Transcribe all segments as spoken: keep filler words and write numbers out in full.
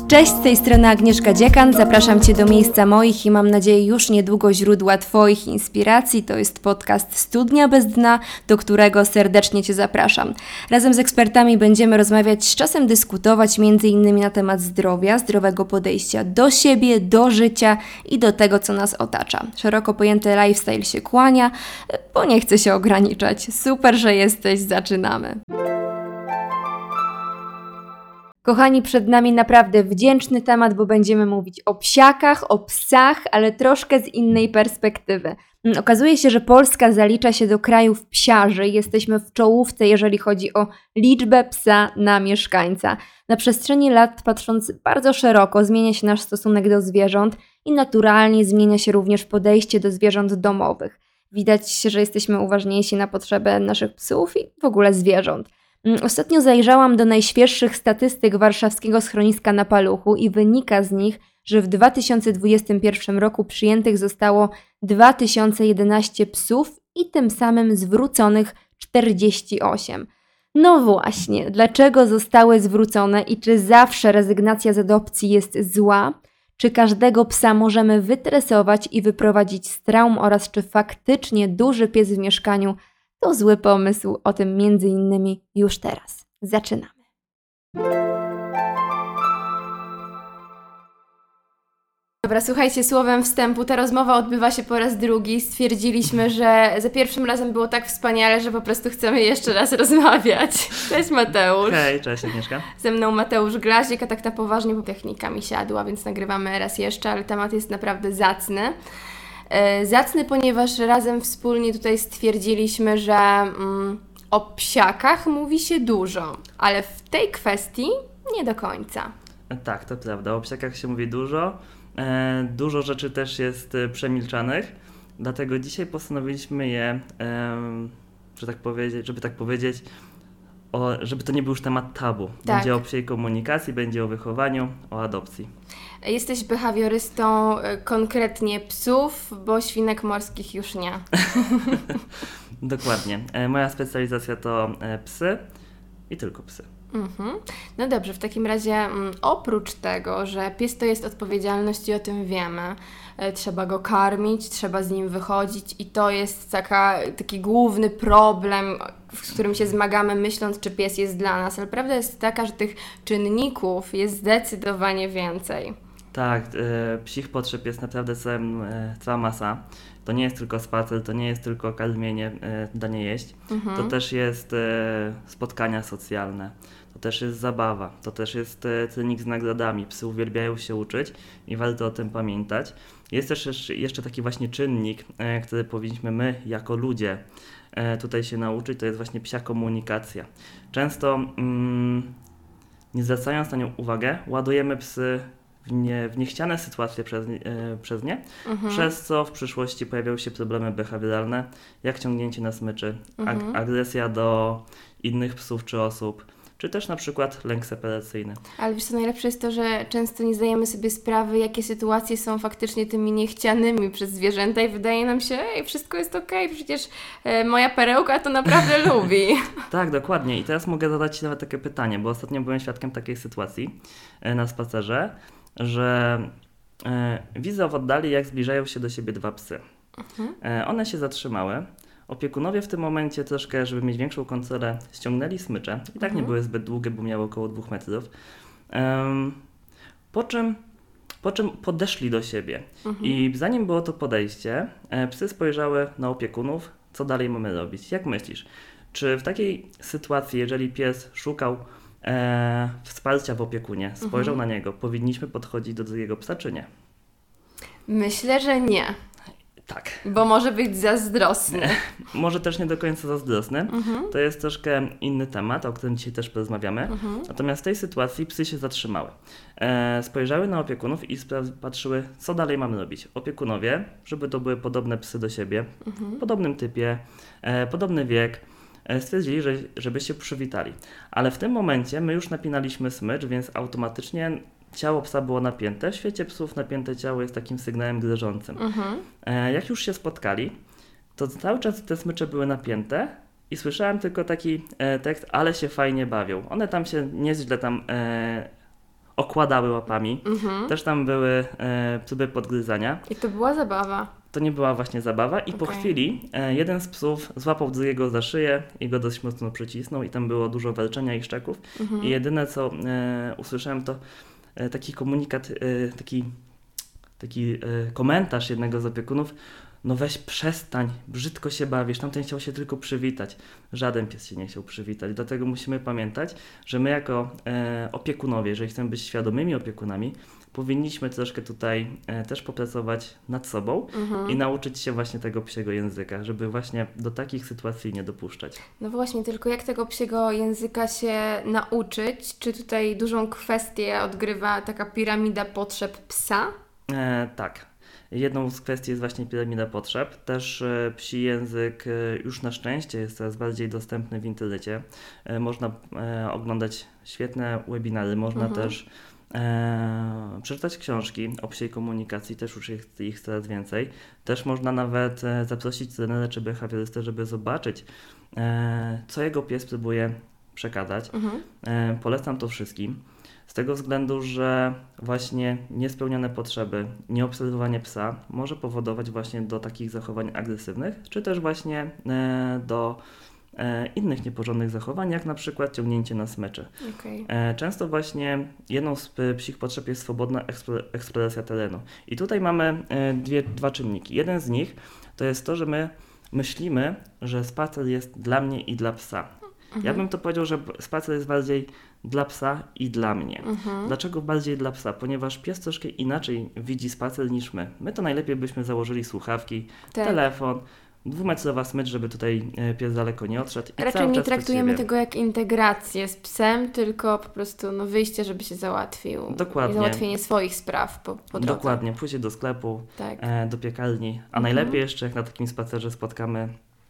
Cześć, z tej strony Agnieszka Dziekan, zapraszam Cię do miejsca moich i mam nadzieję już niedługo źródła Twoich inspiracji. To jest podcast Studnia bez dna, do którego serdecznie Cię zapraszam. Razem z ekspertami będziemy rozmawiać, z czasem dyskutować między innymi na temat zdrowia, zdrowego podejścia do siebie, do życia i do tego, co nas otacza. Szeroko pojęty lifestyle się kłania, bo nie chcę się ograniczać. Super, że jesteś, zaczynamy. Kochani, przed nami naprawdę wdzięczny temat, bo będziemy mówić o psiakach, o psach, ale troszkę z innej perspektywy. Okazuje się, że Polska zalicza się do krajów psiarzy. Jesteśmy w czołówce, jeżeli chodzi o liczbę psa na mieszkańca. Na przestrzeni lat, patrząc bardzo szeroko, zmienia się nasz stosunek do zwierząt i naturalnie zmienia się również podejście do zwierząt domowych. Widać, że jesteśmy uważniejsi na potrzeby naszych psów i w ogóle zwierząt. Ostatnio zajrzałam do najświeższych statystyk warszawskiego schroniska na Paluchu i wynika z nich, że w dwa tysiące dwudziestym pierwszym roku przyjętych zostało dwa tysiące jedenaście psów i tym samym zwróconych czterdzieści osiem. No właśnie, dlaczego zostały zwrócone i czy zawsze rezygnacja z adopcji jest zła? Czy każdego psa możemy wytresować i wyprowadzić z traum oraz czy faktycznie duży pies w mieszkaniu to zły pomysł? O tym między innymi już teraz. Zaczynamy. Dobra, słuchajcie, słowem wstępu, ta rozmowa odbywa się po raz drugi. Stwierdziliśmy, że za pierwszym razem było tak wspaniale, że po prostu chcemy jeszcze raz rozmawiać. Cześć Mateusz. Hej, cześć Agnieszka. Ze mną Mateusz Glazik, a tak na poważnie, bo technika mi siadła, więc nagrywamy raz jeszcze, ale temat jest naprawdę zacny. Zacny, ponieważ razem wspólnie tutaj stwierdziliśmy, że mm, o psiakach mówi się dużo, ale w tej kwestii nie do końca. Tak, to prawda. O psiakach się mówi dużo. E, dużo rzeczy też jest e, przemilczanych, dlatego dzisiaj postanowiliśmy je, e, że tak powiedzieć, żeby tak powiedzieć, o, żeby to nie był już temat tabu. Tak. Będzie o psiej komunikacji, będzie o wychowaniu, o adopcji. Jesteś behawiorystą konkretnie psów, bo świnek morskich już nie. Dokładnie. E, moja specjalizacja to e, psy i tylko psy. Mhm. No dobrze, w takim razie m, oprócz tego, że pies to jest odpowiedzialność i o tym wiemy, e, trzeba go karmić, trzeba z nim wychodzić i to jest taka, taki główny problem, z którym się zmagamy, myśląc, czy pies jest dla nas, ale prawda jest taka, że tych czynników jest zdecydowanie więcej. Tak, e, psich potrzeb jest naprawdę całym, e, cała masa. To nie jest tylko spacer, to nie jest tylko karmienie, e, danie jeść. Mhm. To też jest e, spotkania socjalne, to też jest zabawa, to też jest e, trening z nagrodami. Psy uwielbiają się uczyć i warto o tym pamiętać. Jest też jeszcze, jeszcze taki właśnie czynnik, e, który powinniśmy my jako ludzie e, tutaj się nauczyć, to jest właśnie psia komunikacja. Często mm, nie zwracając na nią uwagę, ładujemy psy w, nie, w niechciane sytuacje przez, e, przez nie, mhm. przez co w przyszłości pojawiają się problemy behawioralne, jak ciągnięcie na smyczy, mhm. ag- agresja do innych psów czy osób, czy też na przykład lęk separacyjny. Ale wiesz co, najlepsze jest to, że często nie zdajemy sobie sprawy, jakie sytuacje są faktycznie tymi niechcianymi przez zwierzęta i wydaje nam się, ej, wszystko jest okej, okay, przecież e, moja perełka to naprawdę lubi. Tak, dokładnie. I teraz mogę zadać Ci nawet takie pytanie, bo ostatnio byłem świadkiem takiej sytuacji e, na spacerze, że e, widzę w oddali, jak zbliżają się do siebie dwa psy. Mhm. E, one się zatrzymały. Opiekunowie w tym momencie troszkę, żeby mieć większą kontrolę, ściągnęli smycze. I tak mhm. nie były zbyt długie, bo miały około dwóch metrów. Um, po czym, po czym podeszli do siebie. Mhm. I zanim było to podejście, e, psy spojrzały na opiekunów, co dalej mamy robić. Jak myślisz, czy w takiej sytuacji, jeżeli pies szukał e, wsparcia w opiekunie, spojrzał mhm. na niego, powinniśmy podchodzić do drugiego psa, czy nie? Myślę, że nie. Tak. Bo może być zazdrosny. Może też nie do końca zazdrosny. Mhm. To jest troszkę inny temat, o którym dzisiaj też porozmawiamy. Mhm. Natomiast w tej sytuacji psy się zatrzymały. E, spojrzały na opiekunów i spra- patrzyły, co dalej mamy robić. Opiekunowie, żeby to były podobne psy do siebie, mhm. w podobnym typie, e, podobny wiek, e, stwierdzili, że, żeby się przywitali. Ale w tym momencie my już napinaliśmy smycz, więc automatycznie ciało psa było napięte. W świecie psów napięte ciało jest takim sygnałem grożącym. Mhm. E, jak już się spotkali, to cały czas te smycze były napięte i słyszałem tylko taki e, tekst, ale się fajnie bawią. One tam się nieźle tam e, okładały łapami. Mhm. Też tam były e, próby podgryzania. I to była zabawa. To nie była właśnie zabawa i po Okej. chwili e, jeden z psów złapał drugiego za szyję i go dość mocno przycisnął i tam było dużo walczenia i szczeków. Mhm. I jedyne co e, usłyszałem to e, taki komunikat, e, taki, taki e, komentarz jednego z opiekunów: no weź przestań, brzydko się bawisz, tamten chciał się tylko przywitać. Żaden pies się nie chciał przywitać, dlatego musimy pamiętać, że my jako e, opiekunowie, jeżeli chcemy być świadomymi opiekunami, powinniśmy troszkę tutaj e, też popracować nad sobą Mhm. i nauczyć się właśnie tego psiego języka, żeby właśnie do takich sytuacji nie dopuszczać. No właśnie, tylko jak tego psiego języka się nauczyć? Czy tutaj dużą kwestię odgrywa taka piramida potrzeb psa? E, tak. Jedną z kwestii jest właśnie piramida potrzeb. Też e, psi język e, już na szczęście jest coraz bardziej dostępny w internecie. E, można e, oglądać świetne webinary, można Mhm. też e, przeczytać książki o psiej komunikacji, też już jest ich coraz więcej. Też można nawet e, zaprosić trenera czy behawiorystę, żeby zobaczyć, e, co jego pies próbuje przekazać. Mhm. E, polecam to wszystkim. Z tego względu, że właśnie niespełnione potrzeby, nieobserwowanie psa może powodować właśnie do takich zachowań agresywnych, czy też właśnie e, do e, innych nieporządnych zachowań, jak na przykład ciągnięcie na smyczy. Okej. E, często właśnie jedną z p- psich potrzeb jest swobodna eksplo- eksploracja terenu. I tutaj mamy e, dwie, dwa czynniki. Jeden z nich to jest to, że my myślimy, że spacer jest dla mnie i dla psa. Mhm. Ja bym to powiedział, że b- spacer jest bardziej dla psa i dla mnie. Mhm. Dlaczego bardziej dla psa? Ponieważ pies troszkę inaczej widzi spacer niż my. My to najlepiej byśmy założyli słuchawki, Tak. telefon, dwumetrowa smycz, żeby tutaj e, pies daleko nie odszedł. I Raczej cały nie czas przed traktujemy siebie. tego jak integrację z psem, tylko po prostu no, wyjście, żeby się załatwił. Dokładnie. I załatwienie swoich spraw po, po drodze. Dokładnie, pójdzie do sklepu, Tak. e, do piekarni, a Mhm. najlepiej jeszcze jak na takim spacerze spotkamy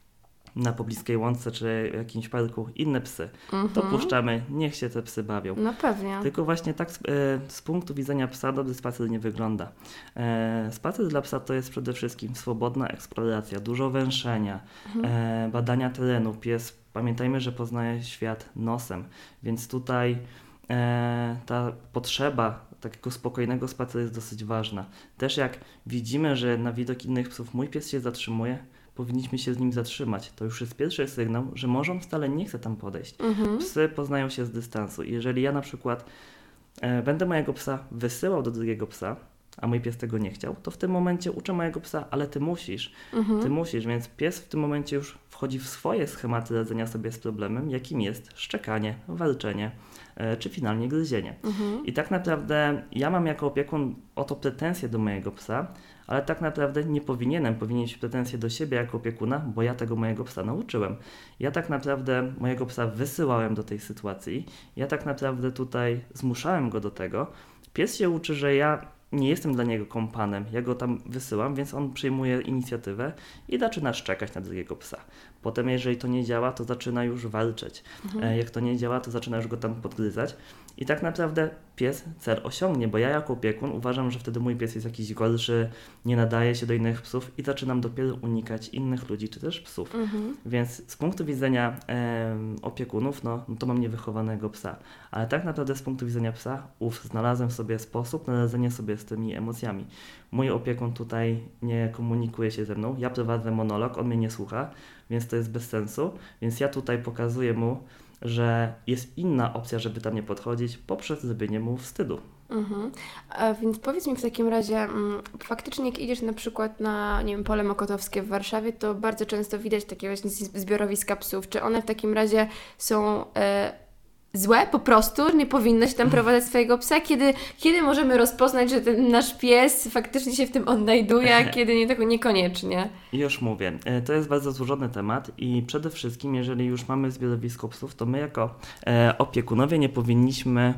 na pobliskiej łące czy jakimś parku inne psy. Mhm. To puszczamy, niech się te psy bawią. No pewnie. Tylko właśnie tak z, e, z punktu widzenia psa dobry spacer nie wygląda. E, spacer dla psa to jest przede wszystkim swobodna eksploracja, dużo węszenia, Mhm. e, badania terenu. Pies, pamiętajmy, że poznaje świat nosem, więc tutaj e, ta potrzeba takiego spokojnego spaceru jest dosyć ważna. Też jak widzimy, że na widok innych psów mój pies się zatrzymuje, powinniśmy się z nim zatrzymać. To już jest pierwszy sygnał, że może on wcale nie chce tam podejść. Mhm. Psy poznają się z dystansu. I jeżeli ja na przykład e, będę mojego psa wysyłał do drugiego psa, a mój pies tego nie chciał, to w tym momencie uczę mojego psa, ale ty musisz, Mhm. ty musisz, więc pies w tym momencie już wchodzi w swoje schematy radzenia sobie z problemem, jakim jest szczekanie, walczenie, e, czy finalnie gryzienie. Mhm. I tak naprawdę ja mam jako opiekun o to pretensje do mojego psa, ale tak naprawdę nie powinienem, powinien mieć pretensje do siebie jako opiekuna, bo ja tego mojego psa nauczyłem. Ja tak naprawdę mojego psa wysyłałem do tej sytuacji, ja tak naprawdę tutaj zmuszałem go do tego. Pies się uczy, że ja nie jestem dla niego kompanem, ja go tam wysyłam, więc on przyjmuje inicjatywę i zaczyna szczekać na drugiego psa. Potem jeżeli to nie działa, to zaczyna już walczyć. Mhm. E, Jak to nie działa, to zaczyna już go tam podgryzać. I tak naprawdę pies cel osiągnie, bo ja jako opiekun uważam, że wtedy mój pies jest jakiś gorszy, nie nadaje się do innych psów i zaczynam dopiero unikać innych ludzi czy też psów. Mhm. Więc z punktu widzenia em, opiekunów, no, no to mam niewychowanego psa. Ale tak naprawdę z punktu widzenia psa, ów, znalazłem sobie sposób na radzenie sobie z tymi emocjami. Mój opiekun tutaj nie komunikuje się ze mną, ja prowadzę monolog, on mnie nie słucha, więc to jest bez sensu. Więc ja tutaj pokazuję mu, że jest inna opcja, żeby tam nie podchodzić, poprzez zrobienie mu wstydu. Mhm. A więc powiedz mi w takim razie, mm, faktycznie jak idziesz na przykład na, nie wiem, Pole Mokotowskie w Warszawie, to bardzo często widać takie właśnie z- zbiorowiska psów. Czy one w takim razie są e, złe po prostu? Nie powinno się tam prowadzić swojego psa? Kiedy, kiedy możemy rozpoznać, że ten nasz pies faktycznie się w tym odnajduje, a kiedy nie, tego niekoniecznie? I już mówię, e, to jest bardzo złożony temat i przede wszystkim, jeżeli już mamy zbiorowisko psów, to my jako e, opiekunowie nie powinniśmy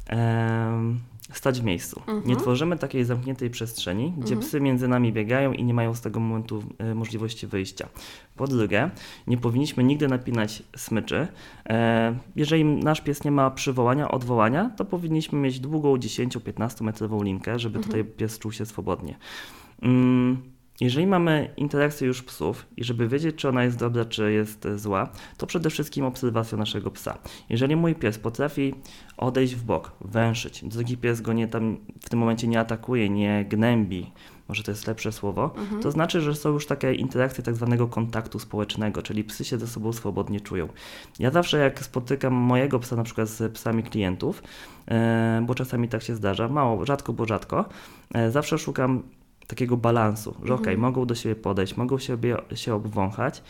e, stać w miejscu. Mhm. Nie tworzymy takiej zamkniętej przestrzeni, gdzie Mhm. psy między nami biegają i nie mają z tego momentu e, możliwości wyjścia. Po drugie, nie powinniśmy nigdy napinać smyczy. E, jeżeli nasz pies nie ma przywołania, odwołania, to powinniśmy mieć długą dziesięcio do piętnastu metrową linkę, żeby Mhm. tutaj pies czuł się swobodnie. Mm, Jeżeli mamy interakcję już psów i żeby wiedzieć, czy ona jest dobra, czy jest zła, to przede wszystkim obserwacja naszego psa. Jeżeli mój pies potrafi odejść w bok, węszyć, drugi pies go nie tam w tym momencie nie atakuje, nie gnębi, może to jest lepsze słowo, Mhm. to znaczy, że są już takie interakcje tak zwanego kontaktu społecznego, czyli psy się ze sobą swobodnie czują. Ja zawsze jak spotykam mojego psa na przykład z psami klientów, e, bo czasami tak się zdarza, mało, rzadko, bo rzadko, e, zawsze szukam takiego balansu, że okej, Mhm. mogą do siebie podejść, mogą siebie, się obwąchać,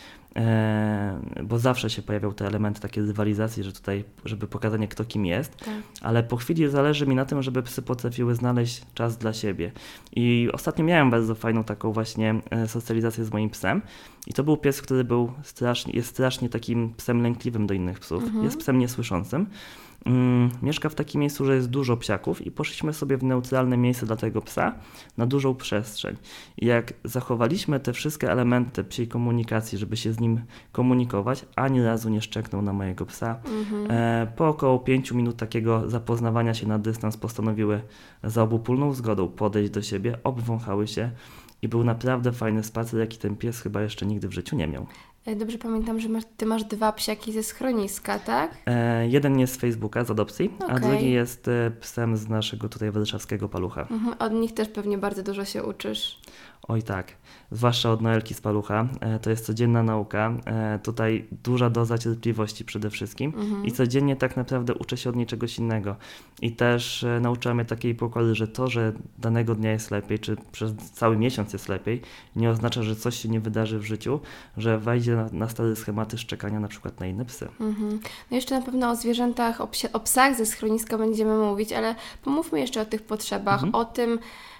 e, bo zawsze się pojawią te elementy takiej rywalizacji, że tutaj, żeby pokazanie kto kim jest, Tak. ale po chwili zależy mi na tym, żeby psy potrafiły znaleźć czas dla siebie. I ostatnio miałem bardzo fajną taką właśnie e, socjalizację z moim psem i to był pies, który był strasznie, jest strasznie takim psem lękliwym do innych psów, Mhm. jest psem niesłyszącym. Mm, mieszka w takim miejscu, że jest dużo psiaków i poszliśmy sobie w neutralne miejsce dla tego psa na dużą przestrzeń. I jak zachowaliśmy te wszystkie elementy psiej komunikacji, żeby się z nim komunikować, ani razu nie szczeknął na mojego psa. Mhm. E, po około pięciu minut takiego zapoznawania się na dystans postanowiły za obopólną zgodą podejść do siebie, obwąchały się i był naprawdę fajny spacer, jaki ten pies chyba jeszcze nigdy w życiu nie miał. E, Dobrze pamiętam, że masz, ty masz dwa psiaki ze schroniska, tak? E, jeden jest z Facebooka, z adopcji, a Okej. drugi jest e, psem z naszego tutaj warszawskiego Palucha. Mhm. Od nich też pewnie bardzo dużo się uczysz. Oj tak, zwłaszcza od Noelki z Palucha, e, to jest codzienna nauka, e, tutaj duża doza cierpliwości przede wszystkim Mhm. i codziennie tak naprawdę uczę się od niej czegoś innego. I też e, nauczyła mnie takiej pokory, że to, że danego dnia jest lepiej, czy przez cały miesiąc jest lepiej, nie oznacza, że coś się nie wydarzy w życiu, że wejdzie na, na stare schematy szczekania na przykład na inne psy. Mhm. No jeszcze na pewno o zwierzętach, o, psie, o psach ze schroniska będziemy mówić, ale pomówmy jeszcze o tych potrzebach, Mhm. o tym,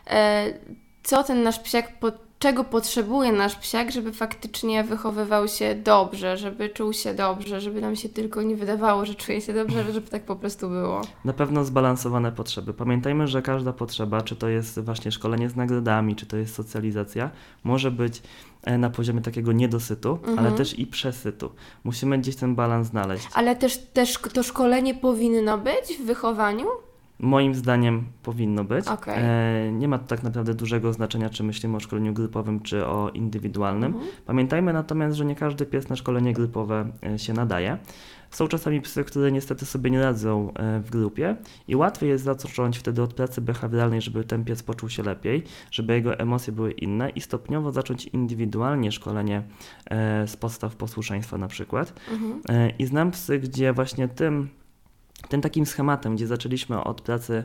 e, co ten nasz psiak, po, czego potrzebuje nasz psiak, żeby faktycznie wychowywał się dobrze, żeby czuł się dobrze, żeby nam się tylko nie wydawało, że czuje się dobrze, ale żeby tak po prostu było. Na pewno zbalansowane potrzeby. Pamiętajmy, że każda potrzeba, czy to jest właśnie szkolenie z nagrodami, czy to jest socjalizacja, może być e, na poziomie takiego niedosytu, Mhm. ale też i przesytu. Musimy gdzieś ten balans znaleźć. Ale też, też to szkolenie powinno być w wychowaniu? Moim zdaniem powinno być. Okej. E, nie ma to tak naprawdę dużego znaczenia, czy myślimy o szkoleniu grupowym, czy o indywidualnym. Mhm. Pamiętajmy natomiast, że nie każdy pies na szkolenie grupowe e, się nadaje. Są czasami psy, które niestety sobie nie radzą e, w grupie i łatwiej jest zacząć wtedy od pracy behawioralnej, żeby ten pies poczuł się lepiej, żeby jego emocje były inne i stopniowo zacząć indywidualnie szkolenie e, z podstaw posłuszeństwa na przykład. Mhm. E, I znam psy, gdzie właśnie tym Tym takim schematem, gdzie zaczęliśmy od pracy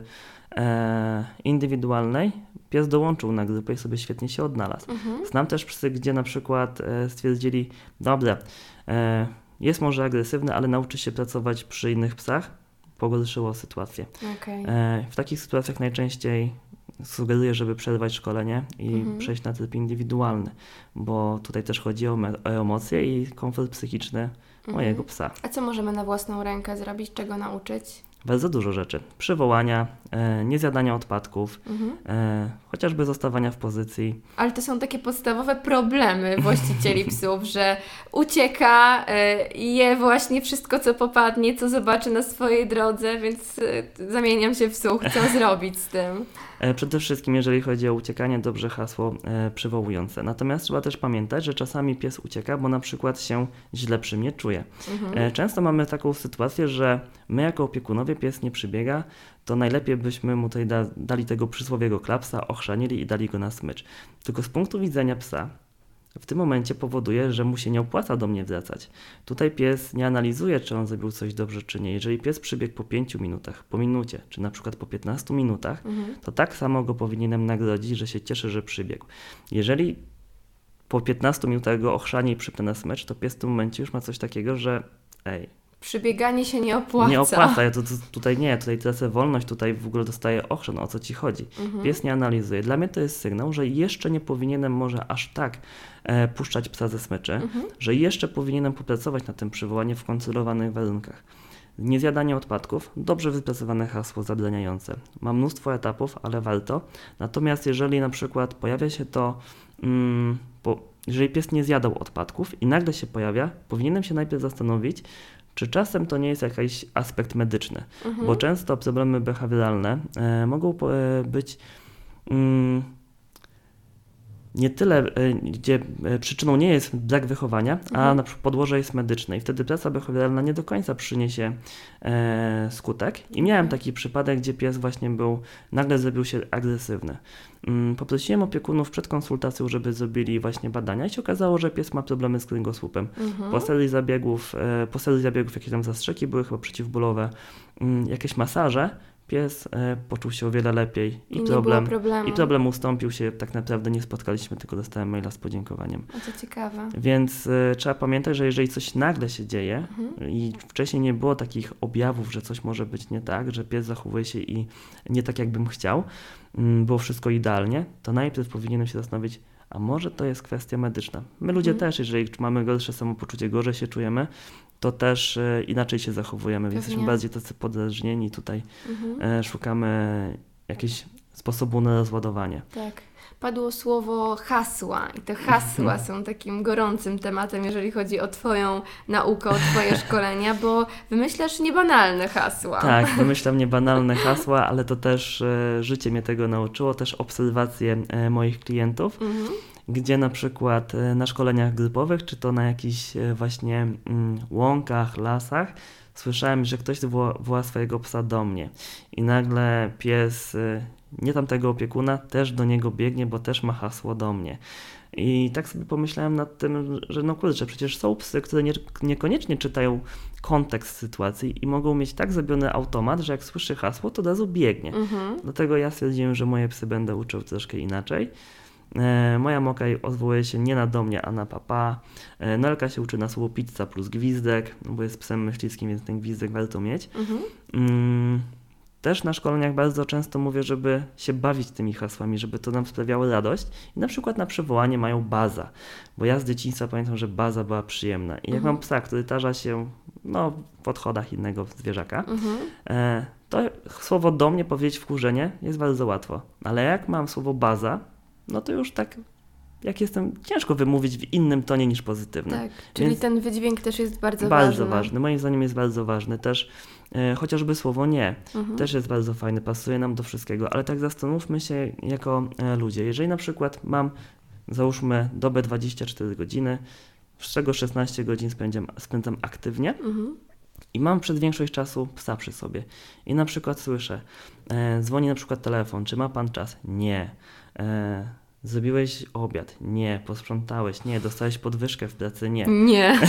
e, indywidualnej, pies dołączył na grupę i sobie świetnie się odnalazł. Mhm. Znam też psy, gdzie na przykład e, stwierdzili, dobra, e, jest może agresywny, ale nauczy się pracować przy innych psach, pogorszyło sytuację. Okej. E, w takich sytuacjach najczęściej sugeruję, żeby przerwać szkolenie i Mhm. przejść na tryb indywidualny, bo tutaj też chodzi o, me- o emocje i komfort psychiczny mojego psa. A co możemy na własną rękę zrobić, czego nauczyć? Bardzo dużo rzeczy. Przywołania, e, niezjadania odpadków, Mhm. e, chociażby zostawania w pozycji. Ale to są takie podstawowe problemy właścicieli psów, że ucieka, y, je właśnie wszystko, co popadnie, co zobaczy na swojej drodze, więc y, zamieniam się w słuch. Co zrobić z tym? E, przede wszystkim, jeżeli chodzi o uciekanie, dobrze hasło e, przywołujące. Natomiast trzeba też pamiętać, że czasami pies ucieka, bo na przykład się źle przy mnie czuje. Mhm. E, często mamy taką sytuację, że my jako opiekunowie, pies nie przybiega, to najlepiej byśmy mu tutaj da, dali tego przysłowiego klapsa, ochrzanili i dali go na smycz. Tylko z punktu widzenia psa, w tym momencie powoduje, że mu się nie opłaca do mnie wracać. Tutaj pies nie analizuje, czy on zrobił coś dobrze, czy nie. Jeżeli pies przybiegł po pięciu minutach, po minucie, czy na przykład po piętnastu minutach, Mhm. to tak samo go powinienem nagrodzić, że się cieszy, że przybiegł. Jeżeli po piętnastu minutach go ochrzanie i przypnę na smycz, to pies w tym momencie już ma coś takiego, że ej, Przybieganie się nie opłaca. nie opłaca, ja tu, tu, tutaj nie, tutaj tracę wolność, tutaj w ogóle dostaję ochrzan, o co ci chodzi. Mhm. Pies nie analizuje. Dla mnie to jest sygnał, że jeszcze nie powinienem może aż tak e, puszczać psa ze smyczy, Mhm. że jeszcze powinienem popracować nad tym przywołaniem w kontrolowanych warunkach. Niezjadanie odpadków, dobrze wypracowane hasło zabraniające. Ma mnóstwo etapów, ale warto. Natomiast jeżeli na przykład pojawia się to, mm, po, jeżeli pies nie zjadał odpadków i nagle się pojawia, powinienem się najpierw zastanowić, czy czasem to nie jest jakiś aspekt medyczny, Mhm. bo często problemy behawioralne e, mogą po, e, być mm, nie tyle, y, gdzie y, przyczyną nie jest brak wychowania, Mhm. a na przykład podłoże jest medyczne i wtedy praca behawioralna nie do końca przyniesie e, skutek. I miałem taki przypadek, gdzie pies właśnie był, nagle zrobił się agresywny. Mm, poprosiłem opiekunów przed konsultacją, żeby zrobili właśnie badania i się okazało, że pies ma problemy z kręgosłupem. Mhm. Po serii zabiegów, e, po serii zabiegów jakieś tam zastrzyki były chyba przeciwbólowe, mm, jakieś masaże, pies e, poczuł się o wiele lepiej i, I nie problem, było problemu. i problem ustąpił się, tak naprawdę nie spotkaliśmy, tylko dostałem maila z podziękowaniem. A to ciekawe. Więc y, trzeba pamiętać, że jeżeli coś nagle się dzieje Mhm. i wcześniej nie było takich objawów, że coś może być nie tak, że pies zachowuje się i nie tak, jakbym chciał, mm, było wszystko idealnie, to najpierw powinienem się zastanowić, a może to jest kwestia medyczna. My ludzie Mhm. też, jeżeli mamy gorsze samopoczucie, gorzej się czujemy, to też y, inaczej się zachowujemy, więc Pewnie. jesteśmy bardziej tacy podrażnieni, tutaj Mhm. y, szukamy jakiegoś sposobu na rozładowanie. Tak. Padło słowo hasła i te hasła są takim gorącym tematem, jeżeli chodzi o Twoją naukę, o Twoje szkolenia, bo wymyślasz niebanalne hasła. Tak, wymyślam niebanalne hasła, ale to też e, życie mnie tego nauczyło, też obserwacje e, moich klientów, Mhm. gdzie na przykład e, na szkoleniach grupowych, czy to na jakichś e, właśnie mm, łąkach, lasach, słyszałem, że ktoś woła, woła swojego psa do mnie i nagle pies, e, nie tamtego opiekuna, też do niego biegnie, bo też ma hasło do mnie. I tak sobie pomyślałem nad tym, że no kurczę, przecież są psy, które nie, niekoniecznie czytają kontekst sytuacji i mogą mieć tak zrobiony automat, że jak słyszy hasło, to od razu biegnie. Mhm. Dlatego ja stwierdziłem, że moje psy będę uczył troszkę inaczej. E, moja Mokaj odwołuje się nie na do mnie, a na papa. E, Nelka się uczy na słowo pizza plus gwizdek, no bo jest psem myśliwskim, więc ten gwizdek warto mieć. Mhm. Mm, Też na szkoleniach bardzo często mówię, żeby się bawić tymi hasłami, żeby to nam sprawiało radość. I na przykład na przywołanie mają baza, bo ja z dzieciństwa pamiętam, że baza była przyjemna. I jak Mhm. mam psa, który tarza się no, w odchodach innego zwierzaka, Mhm. e, to słowo do mnie powiedzieć wkurzenie jest bardzo łatwo. Ale jak mam słowo baza, no to już tak, jak jestem, ciężko wymówić w innym tonie niż pozytywnym. Tak, czyli Więc ten wydźwięk też jest bardzo, bardzo ważny. ważny. Moim zdaniem jest bardzo ważny. Też e, chociażby słowo nie. Mhm. Też jest bardzo fajny, pasuje nam do wszystkiego, ale tak zastanówmy się jako e, ludzie. Jeżeli na przykład mam, załóżmy, dobę dwadzieścia cztery godziny, z czego szesnaście godzin spędzam, spędzam aktywnie Mhm. i mam przez większość czasu psa przy sobie i na przykład słyszę, e, dzwoni na przykład telefon, czy ma pan czas? Nie. E, zrobiłeś obiad? Nie. Posprzątałeś? Nie. Dostałeś podwyżkę w pracy? Nie. Nie.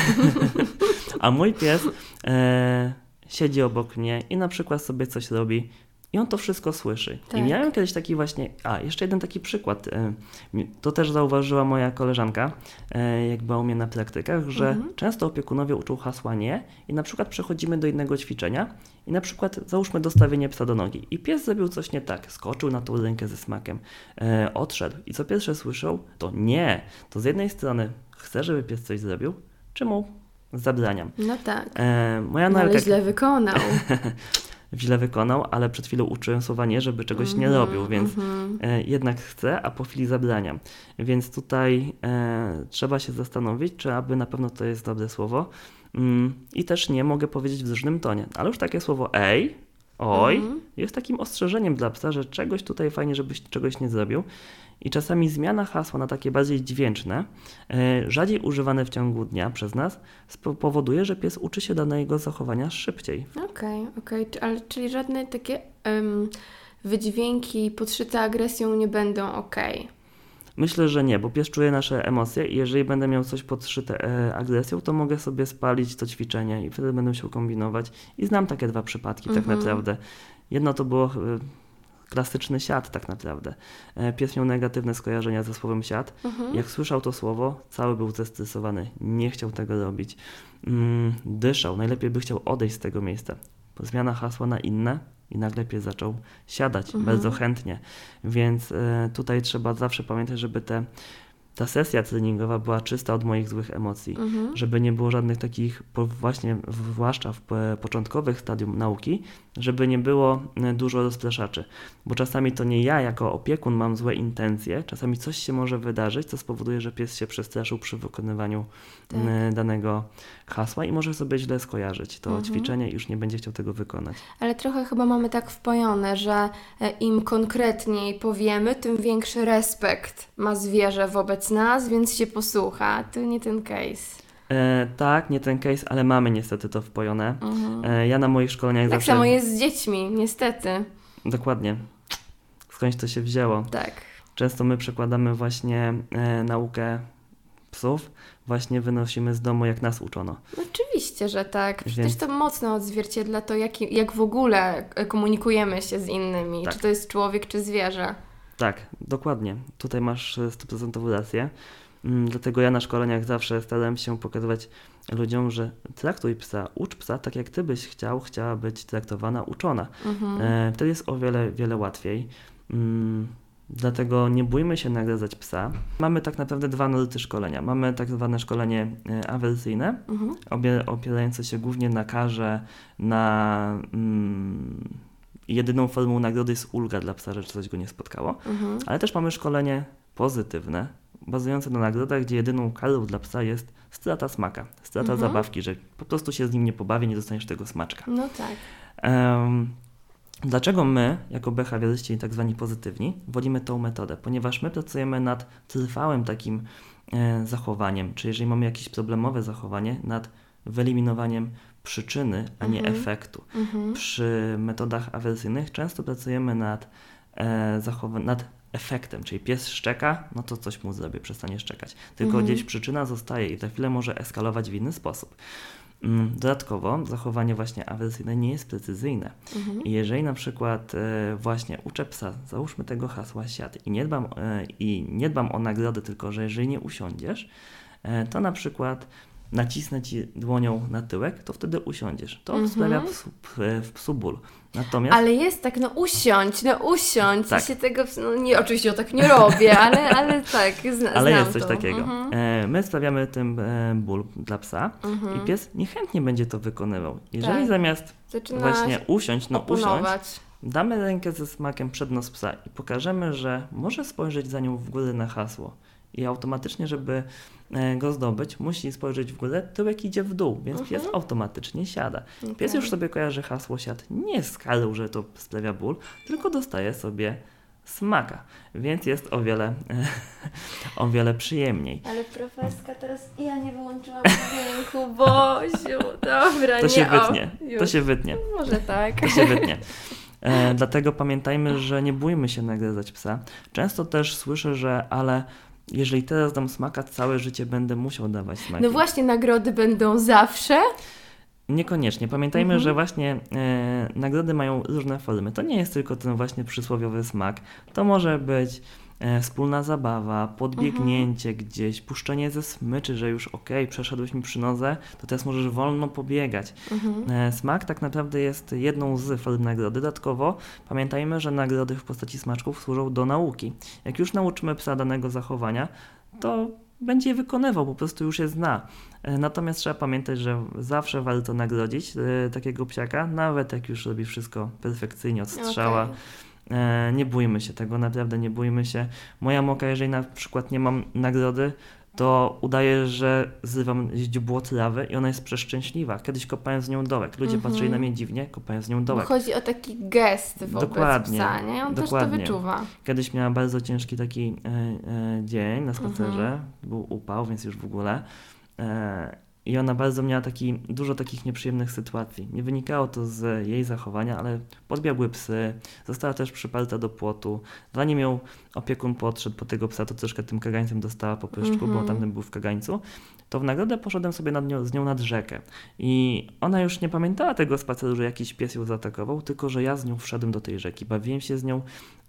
A mój pies e, siedzi obok mnie i na przykład sobie coś robi i on to wszystko słyszy. Tak. I miałem kiedyś taki właśnie, a jeszcze jeden taki przykład, e, mi- to też zauważyła moja koleżanka, e, jak była u mnie na praktykach, że Mhm. często opiekunowie uczą hasła nie i na przykład przechodzimy do innego ćwiczenia i na przykład załóżmy dostawienie psa do nogi i pies zrobił coś nie tak, skoczył na tą rękę ze smakiem, e, odszedł i co pierwsze słyszał, to nie. To z jednej strony chcę, żeby pies coś zrobił, czy mu zabraniam. No tak. E, moja No, ale Nelka źle wykonał. źle wykonał, ale przed chwilą uczyłem słowa nie, żeby czegoś nie Mhm, robił, więc mhm. e, jednak chcę, a po chwili zabraniam. Więc tutaj e, trzeba się zastanowić, czy aby na pewno to jest dobre słowo. Mm, I też nie mogę powiedzieć w różnym tonie, ale już takie słowo ej, oj, Mhm. jest takim ostrzeżeniem dla psa, że czegoś tutaj fajnie, żebyś czegoś nie zrobił. I czasami zmiana hasła na takie bardziej dźwięczne, e, rzadziej używane w ciągu dnia przez nas, spo- powoduje, że pies uczy się danego zachowania szybciej. Okej, okej, Czy- ale czyli żadne takie em, wydźwięki podszyte agresją nie będą okej. Myślę, że nie, bo pies czuje nasze emocje i jeżeli będę miał coś podszyte e, agresją, to mogę sobie spalić to ćwiczenie i wtedy będę musiał kombinować. I znam takie dwa przypadki tak Mhm. naprawdę. Jedno to było e, klasyczny siad tak naprawdę. E, pies miał negatywne skojarzenia ze słowem siad. Mhm. Jak słyszał to słowo, cały był zestresowany, nie chciał tego robić. Mm, dyszał, najlepiej by chciał odejść z tego miejsca. Zmiana hasła na inne i nagle pies zaczął siadać Mhm. bardzo chętnie. Więc e, tutaj trzeba zawsze pamiętać, żeby te ta sesja treningowa była czysta od moich złych emocji, Mhm. żeby nie było żadnych takich, po- właśnie zwłaszcza w p- początkowych stadium nauki, żeby nie było e, dużo rozpraszaczy, bo czasami to nie ja jako opiekun mam złe intencje, czasami coś się może wydarzyć, co spowoduje, że pies się przestraszył przy wykonywaniu Tak. e, danego hasła i może sobie źle skojarzyć to Mhm. ćwiczenie i już nie będzie chciał tego wykonać. Ale trochę chyba mamy tak wpojone, że e, im konkretniej powiemy, tym większy respekt ma zwierzę wobec nas, więc się posłucha. To nie ten case. E, tak, nie ten case, ale mamy niestety to wpojone. Mhm. E, ja na moich szkoleniach Tak zawsze... samo jest z dziećmi, niestety. Dokładnie. Skądś to się wzięło. Tak. Często my przekładamy właśnie e, naukę psów, właśnie wynosimy z domu, jak nas uczono. Oczywiście, że tak. Przecież Więc- to mocno odzwierciedla to, jak, jak w ogóle e, komunikujemy się z innymi. Tak. Czy to jest człowiek, czy zwierzę. Tak, dokładnie. Tutaj masz e, sto procent rację. Mm, Dlatego ja na szkoleniach zawsze staram się pokazywać ludziom, że traktuj psa, ucz psa tak, jak ty byś chciał, chciała być traktowana, uczona. Mhm. E, Wtedy jest o wiele, wiele łatwiej. Mm, Dlatego nie bójmy się nagradzać psa. Mamy tak naprawdę dwa nurty szkolenia. Mamy tak zwane szkolenie e, awersyjne, Mhm. obie, opierające się głównie na karze, na mm, jedyną formą nagrody jest ulga dla psa, że coś go nie spotkało. Mhm. Ale też mamy szkolenie pozytywne, bazujące na nagrodach, gdzie jedyną karą dla psa jest strata smaka, strata Mhm. zabawki, że po prostu się z nim nie pobawi, nie dostaniesz tego smaczka. No tak. Em, Dlaczego my, jako behawioryści tak zwani pozytywni, wolimy tą metodę? Ponieważ my pracujemy nad trwałym takim e, zachowaniem, czy jeżeli mamy jakieś problemowe zachowanie, nad wyeliminowaniem przyczyny, a nie Mhm. efektu. Mhm. Przy metodach awersyjnych często pracujemy nad, e, zachowa- nad efektem, czyli pies szczeka, no to coś mu zrobię, przestanie szczekać. Tylko Mhm. gdzieś przyczyna zostaje i za chwilę może eskalować w inny sposób. Mm, Dodatkowo zachowanie właśnie awersyjne nie jest precyzyjne. Mhm. I jeżeli na przykład e, właśnie uczę psa, załóżmy tego hasła siad i nie dbam, e, i nie dbam o nagrodę, tylko że jeżeli nie usiądziesz, e, to na przykład nacisnę ci dłonią na tyłek, to wtedy usiądziesz. To Mhm. sprawia psu, p- w psu ból. Natomiast Ale jest tak, no usiądź, no usiądź. Tak. Ja się tego, no nie, oczywiście ja tak nie robię, ale, ale tak, zna, ale znam jest coś to. takiego. Mhm. E, my sprawiamy tym e, ból dla psa Mhm. i pies niechętnie będzie to wykonywał. Jeżeli Tak. zamiast Zaczyna właśnie się usiąść, no usiąść, oponować. damy rękę ze smakiem przed nos psa i pokażemy, że może spojrzeć za nią w górę na hasło. I automatycznie, żeby e, go zdobyć, musi spojrzeć w górę, tyłek idzie w dół, więc Mhm. pies automatycznie siada. Pies Okej. już sobie kojarzy hasło siad nie z karą, że to sprawia ból, tylko dostaje sobie smaka, więc jest o wiele, o wiele przyjemniej. Ale profeska, teraz ja nie wyłączyłam dźwięku, Bosiu, dobra, To nie, się o, wytnie, to już. się wytnie, Może tak. to się wytnie. E, dlatego pamiętajmy, że nie bójmy się nagradzać psa. Często też słyszę, że ale jeżeli teraz dam smaka, całe życie będę musiał dawać smaki. No właśnie, nagrody będą zawsze. Niekoniecznie. Pamiętajmy, Mhm. że właśnie e, nagrody mają różne formy. To nie jest tylko ten właśnie przysłowiowy smak. To może być e, wspólna zabawa, podbiegnięcie gdzieś, puszczenie ze smyczy, że już okej, przeszedłeś mi przy nodze, to teraz możesz wolno pobiegać. Mhm. E, smak tak naprawdę jest jedną z form nagrody. Dodatkowo pamiętajmy, że nagrody w postaci smaczków służą do nauki. Jak już nauczymy psa danego zachowania, to będzie je wykonywał, po prostu już je zna. E, Natomiast trzeba pamiętać, że zawsze warto nagrodzić e, takiego psiaka, nawet jak już robi wszystko perfekcyjnie od strzała. Okej. E, nie bójmy się tego, naprawdę nie bójmy się. Moja moka, jeżeli na przykład nie mam nagrody, to udaje, że zrywam źdźbło trawy i ona jest przeszczęśliwa. Kiedyś kopałem z nią dołek. Ludzie Mhm. patrzyli na mnie dziwnie, kopałem z nią Bo dołek. chodzi o taki gest wobec Dokładnie, psa, nie? On dokładnie. też to wyczuwa. Kiedyś miała bardzo ciężki taki e, e, dzień na spacerze, Mhm. był upał, więc już w ogóle. E, I ona bardzo miała taki, dużo takich nieprzyjemnych sytuacji. Nie wynikało to z jej zachowania, ale podbiegły psy, została też przyparta do płotu. Zanim ją opiekun podszedł po tego psa, to troszkę tym kagańcem dostała po pyszczku, Mhm. bo tamten był w kagańcu. To w nagrodę poszedłem sobie nad nią, z nią nad rzekę. I ona już nie pamiętała tego spaceru, że jakiś pies ją zaatakował, tylko że ja z nią wszedłem do tej rzeki. Bawiłem się z nią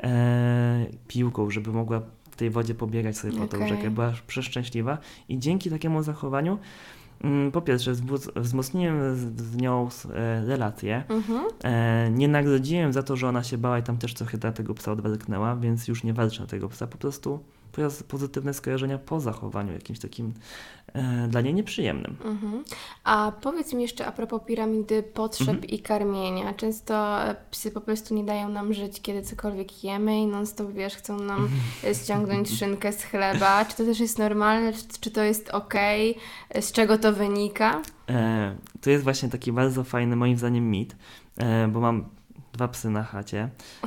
e, piłką, żeby mogła w tej wodzie pobiegać sobie po tą Okej. rzekę. Była przeszczęśliwa i dzięki takiemu zachowaniu mm, po pierwsze wzbudz- wzmocniłem z, z nią e, relacje, Mhm. e, nie nagrodziłem za to, że ona się bała i tam też trochę dla tego psa odwelknęła, więc już nie walczę na tego psa, po prostu pojazd- pozytywne skojarzenia po zachowaniu jakimś takim e, dla niej nieprzyjemnym. Mhm. A powiedz mi jeszcze a propos piramidy potrzeb Mhm. i karmienia. Często psy po prostu nie dają nam żyć, kiedy cokolwiek jemy i non stop, wiesz, chcą nam ściągnąć szynkę z chleba. Czy to też jest normalne? Czy, czy to jest okej? Z czego to wynika? E, to jest właśnie taki bardzo fajny, moim zdaniem, mit, e, bo mam dwa psy na chacie.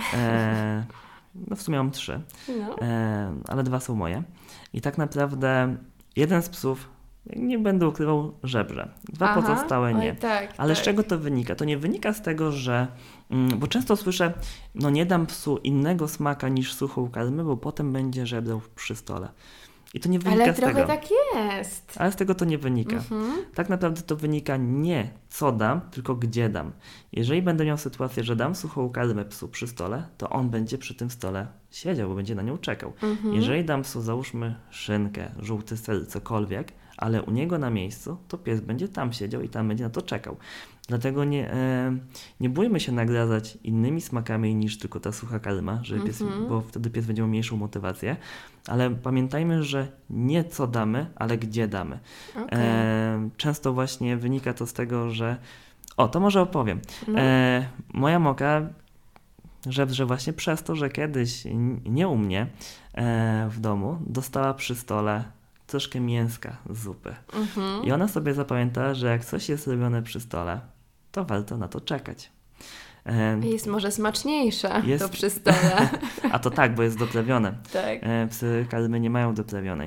E, no w sumie mam trzy, No. e, ale dwa są moje. I tak naprawdę jeden z psów, nie będę ukrywał, żebrze. Dwa Aha. pozostałe nie. Oj, tak, Ale tak. z czego to wynika? To nie wynika z tego, że... Mm, bo często słyszę, no nie dam psu innego smaka niż suchą karmę, bo potem będzie żebrał przy stole. I to nie wynika Ale z trochę tego. tak jest. Ale z tego to nie wynika. Mhm. Tak naprawdę to wynika nie co dam, tylko gdzie dam. Jeżeli będę miał sytuację, że dam suchą karmę psu przy stole, to on będzie przy tym stole siedział, bo będzie na nią czekał. Mhm. Jeżeli dam psu, załóżmy, szynkę, żółty ser, cokolwiek, ale u niego na miejscu, to pies będzie tam siedział i tam będzie na to czekał. Dlatego nie, e, nie bójmy się nagradzać innymi smakami niż tylko ta sucha karma, żeby pies, Mhm. bo wtedy pies będzie miał mniejszą motywację. Ale pamiętajmy, że nie co damy, ale gdzie damy. Okej. E, często właśnie wynika to z tego, że... O, to może opowiem. No. E, moja moka żebrze właśnie przez to, że kiedyś n- nie u mnie e, w domu dostała przy stole troszkę mięska z zupy. Mhm. I ona sobie zapamiętała, że jak coś jest robione przy stole, to warto na to czekać. E, Jest może smaczniejsza Jest- to przy stole. a to tak, bo jest doprawione. Tak. E, psy karmy nie mają doprawionej.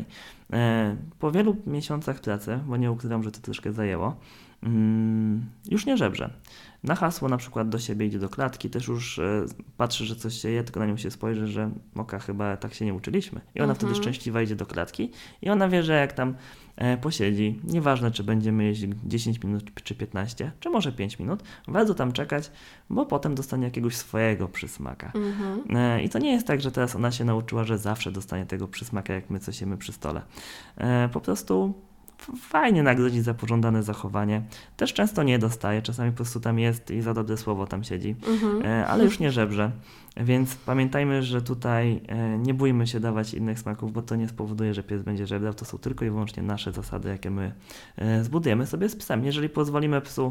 E, po wielu miesiącach pracy, bo nie ukrywam, że to troszkę zajęło, mm, już nie żebrze. Na hasło na przykład do siebie idzie do klatki, też już e, patrzy, że coś się je, tylko na nią się spojrzy, że moka chyba tak się nie uczyliśmy. I ona wtedy Mhm. szczęśliwa idzie do klatki i ona wie, że jak tam e, posiedzi, nieważne czy będziemy jeść dziesięć minut czy piętnaście, czy może pięć minut, warto tam czekać, bo potem dostanie jakiegoś swojego przysmaka. Mhm. E, I to nie jest tak, że teraz ona się nauczyła, że zawsze dostanie tego przysmaka, jak my coś jemy przy stole. E, Po prostu f- fajnie nagrodzić za pożądane zachowanie. Też często nie dostaje, czasami po prostu tam jest i za dobre słowo tam siedzi, Mhm. e, ale już nie żebrze. Więc pamiętajmy, że tutaj e, nie bójmy się dawać innych smaków, bo to nie spowoduje, że pies będzie żebrał. To są tylko i wyłącznie nasze zasady, jakie my e, zbudujemy sobie z psem. Jeżeli pozwolimy psu,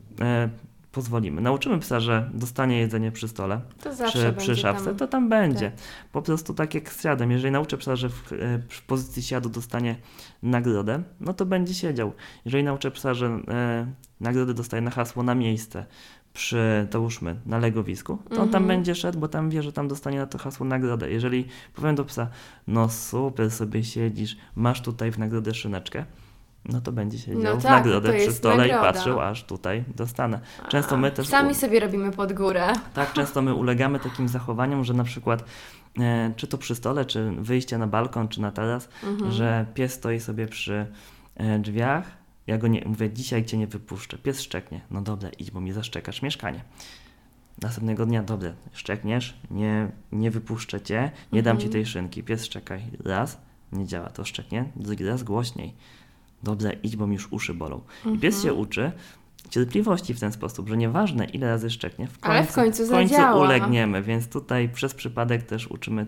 e, pozwolimy, nauczymy psa, że dostanie jedzenie przy stole, To zawsze przy, będzie przy szafce, tam. to tam będzie. Po prostu tak jak z siadem. Jeżeli nauczę psa, że w, e, w pozycji siadu dostanie nagrodę, no to będzie siedział. Jeżeli nauczę psa, że e, nagrodę dostaje na hasło na miejsce, przy, załóżmy, na legowisku, to on tam Mhm. będzie szedł, bo tam wie, że tam dostanie na to hasło nagrodę. Jeżeli powiem do psa, no super sobie siedzisz, masz tutaj w nagrodę szyneczkę, no to będzie siedział No w tak, nagrodę to przy jest stole nagroda. i patrzył, aż tutaj dostanę. Często my też... Sami sobie robimy pod górę. Tak, często my ulegamy takim zachowaniom, że na przykład e, czy to przy stole, czy wyjście na balkon, czy na taras, Mhm. że pies stoi sobie przy e, drzwiach, ja go nie, mówię, dzisiaj cię nie wypuszczę, pies szczeknie, no dobra, idź, bo mi zaszczekasz mieszkanie. Następnego dnia, dobra, szczekniesz, nie, nie wypuszczę cię, nie dam ci Mhm. tej szynki, pies szczekaj, raz, nie działa, to szczeknie, drugi raz głośniej. Dobra, idź, bo mi już uszy bolą. I pies się uczy cierpliwości w ten sposób, że nieważne ile razy szczeknie, w końcu, Ale w końcu w końcu zadziała. ulegniemy, więc tutaj przez przypadek też uczymy,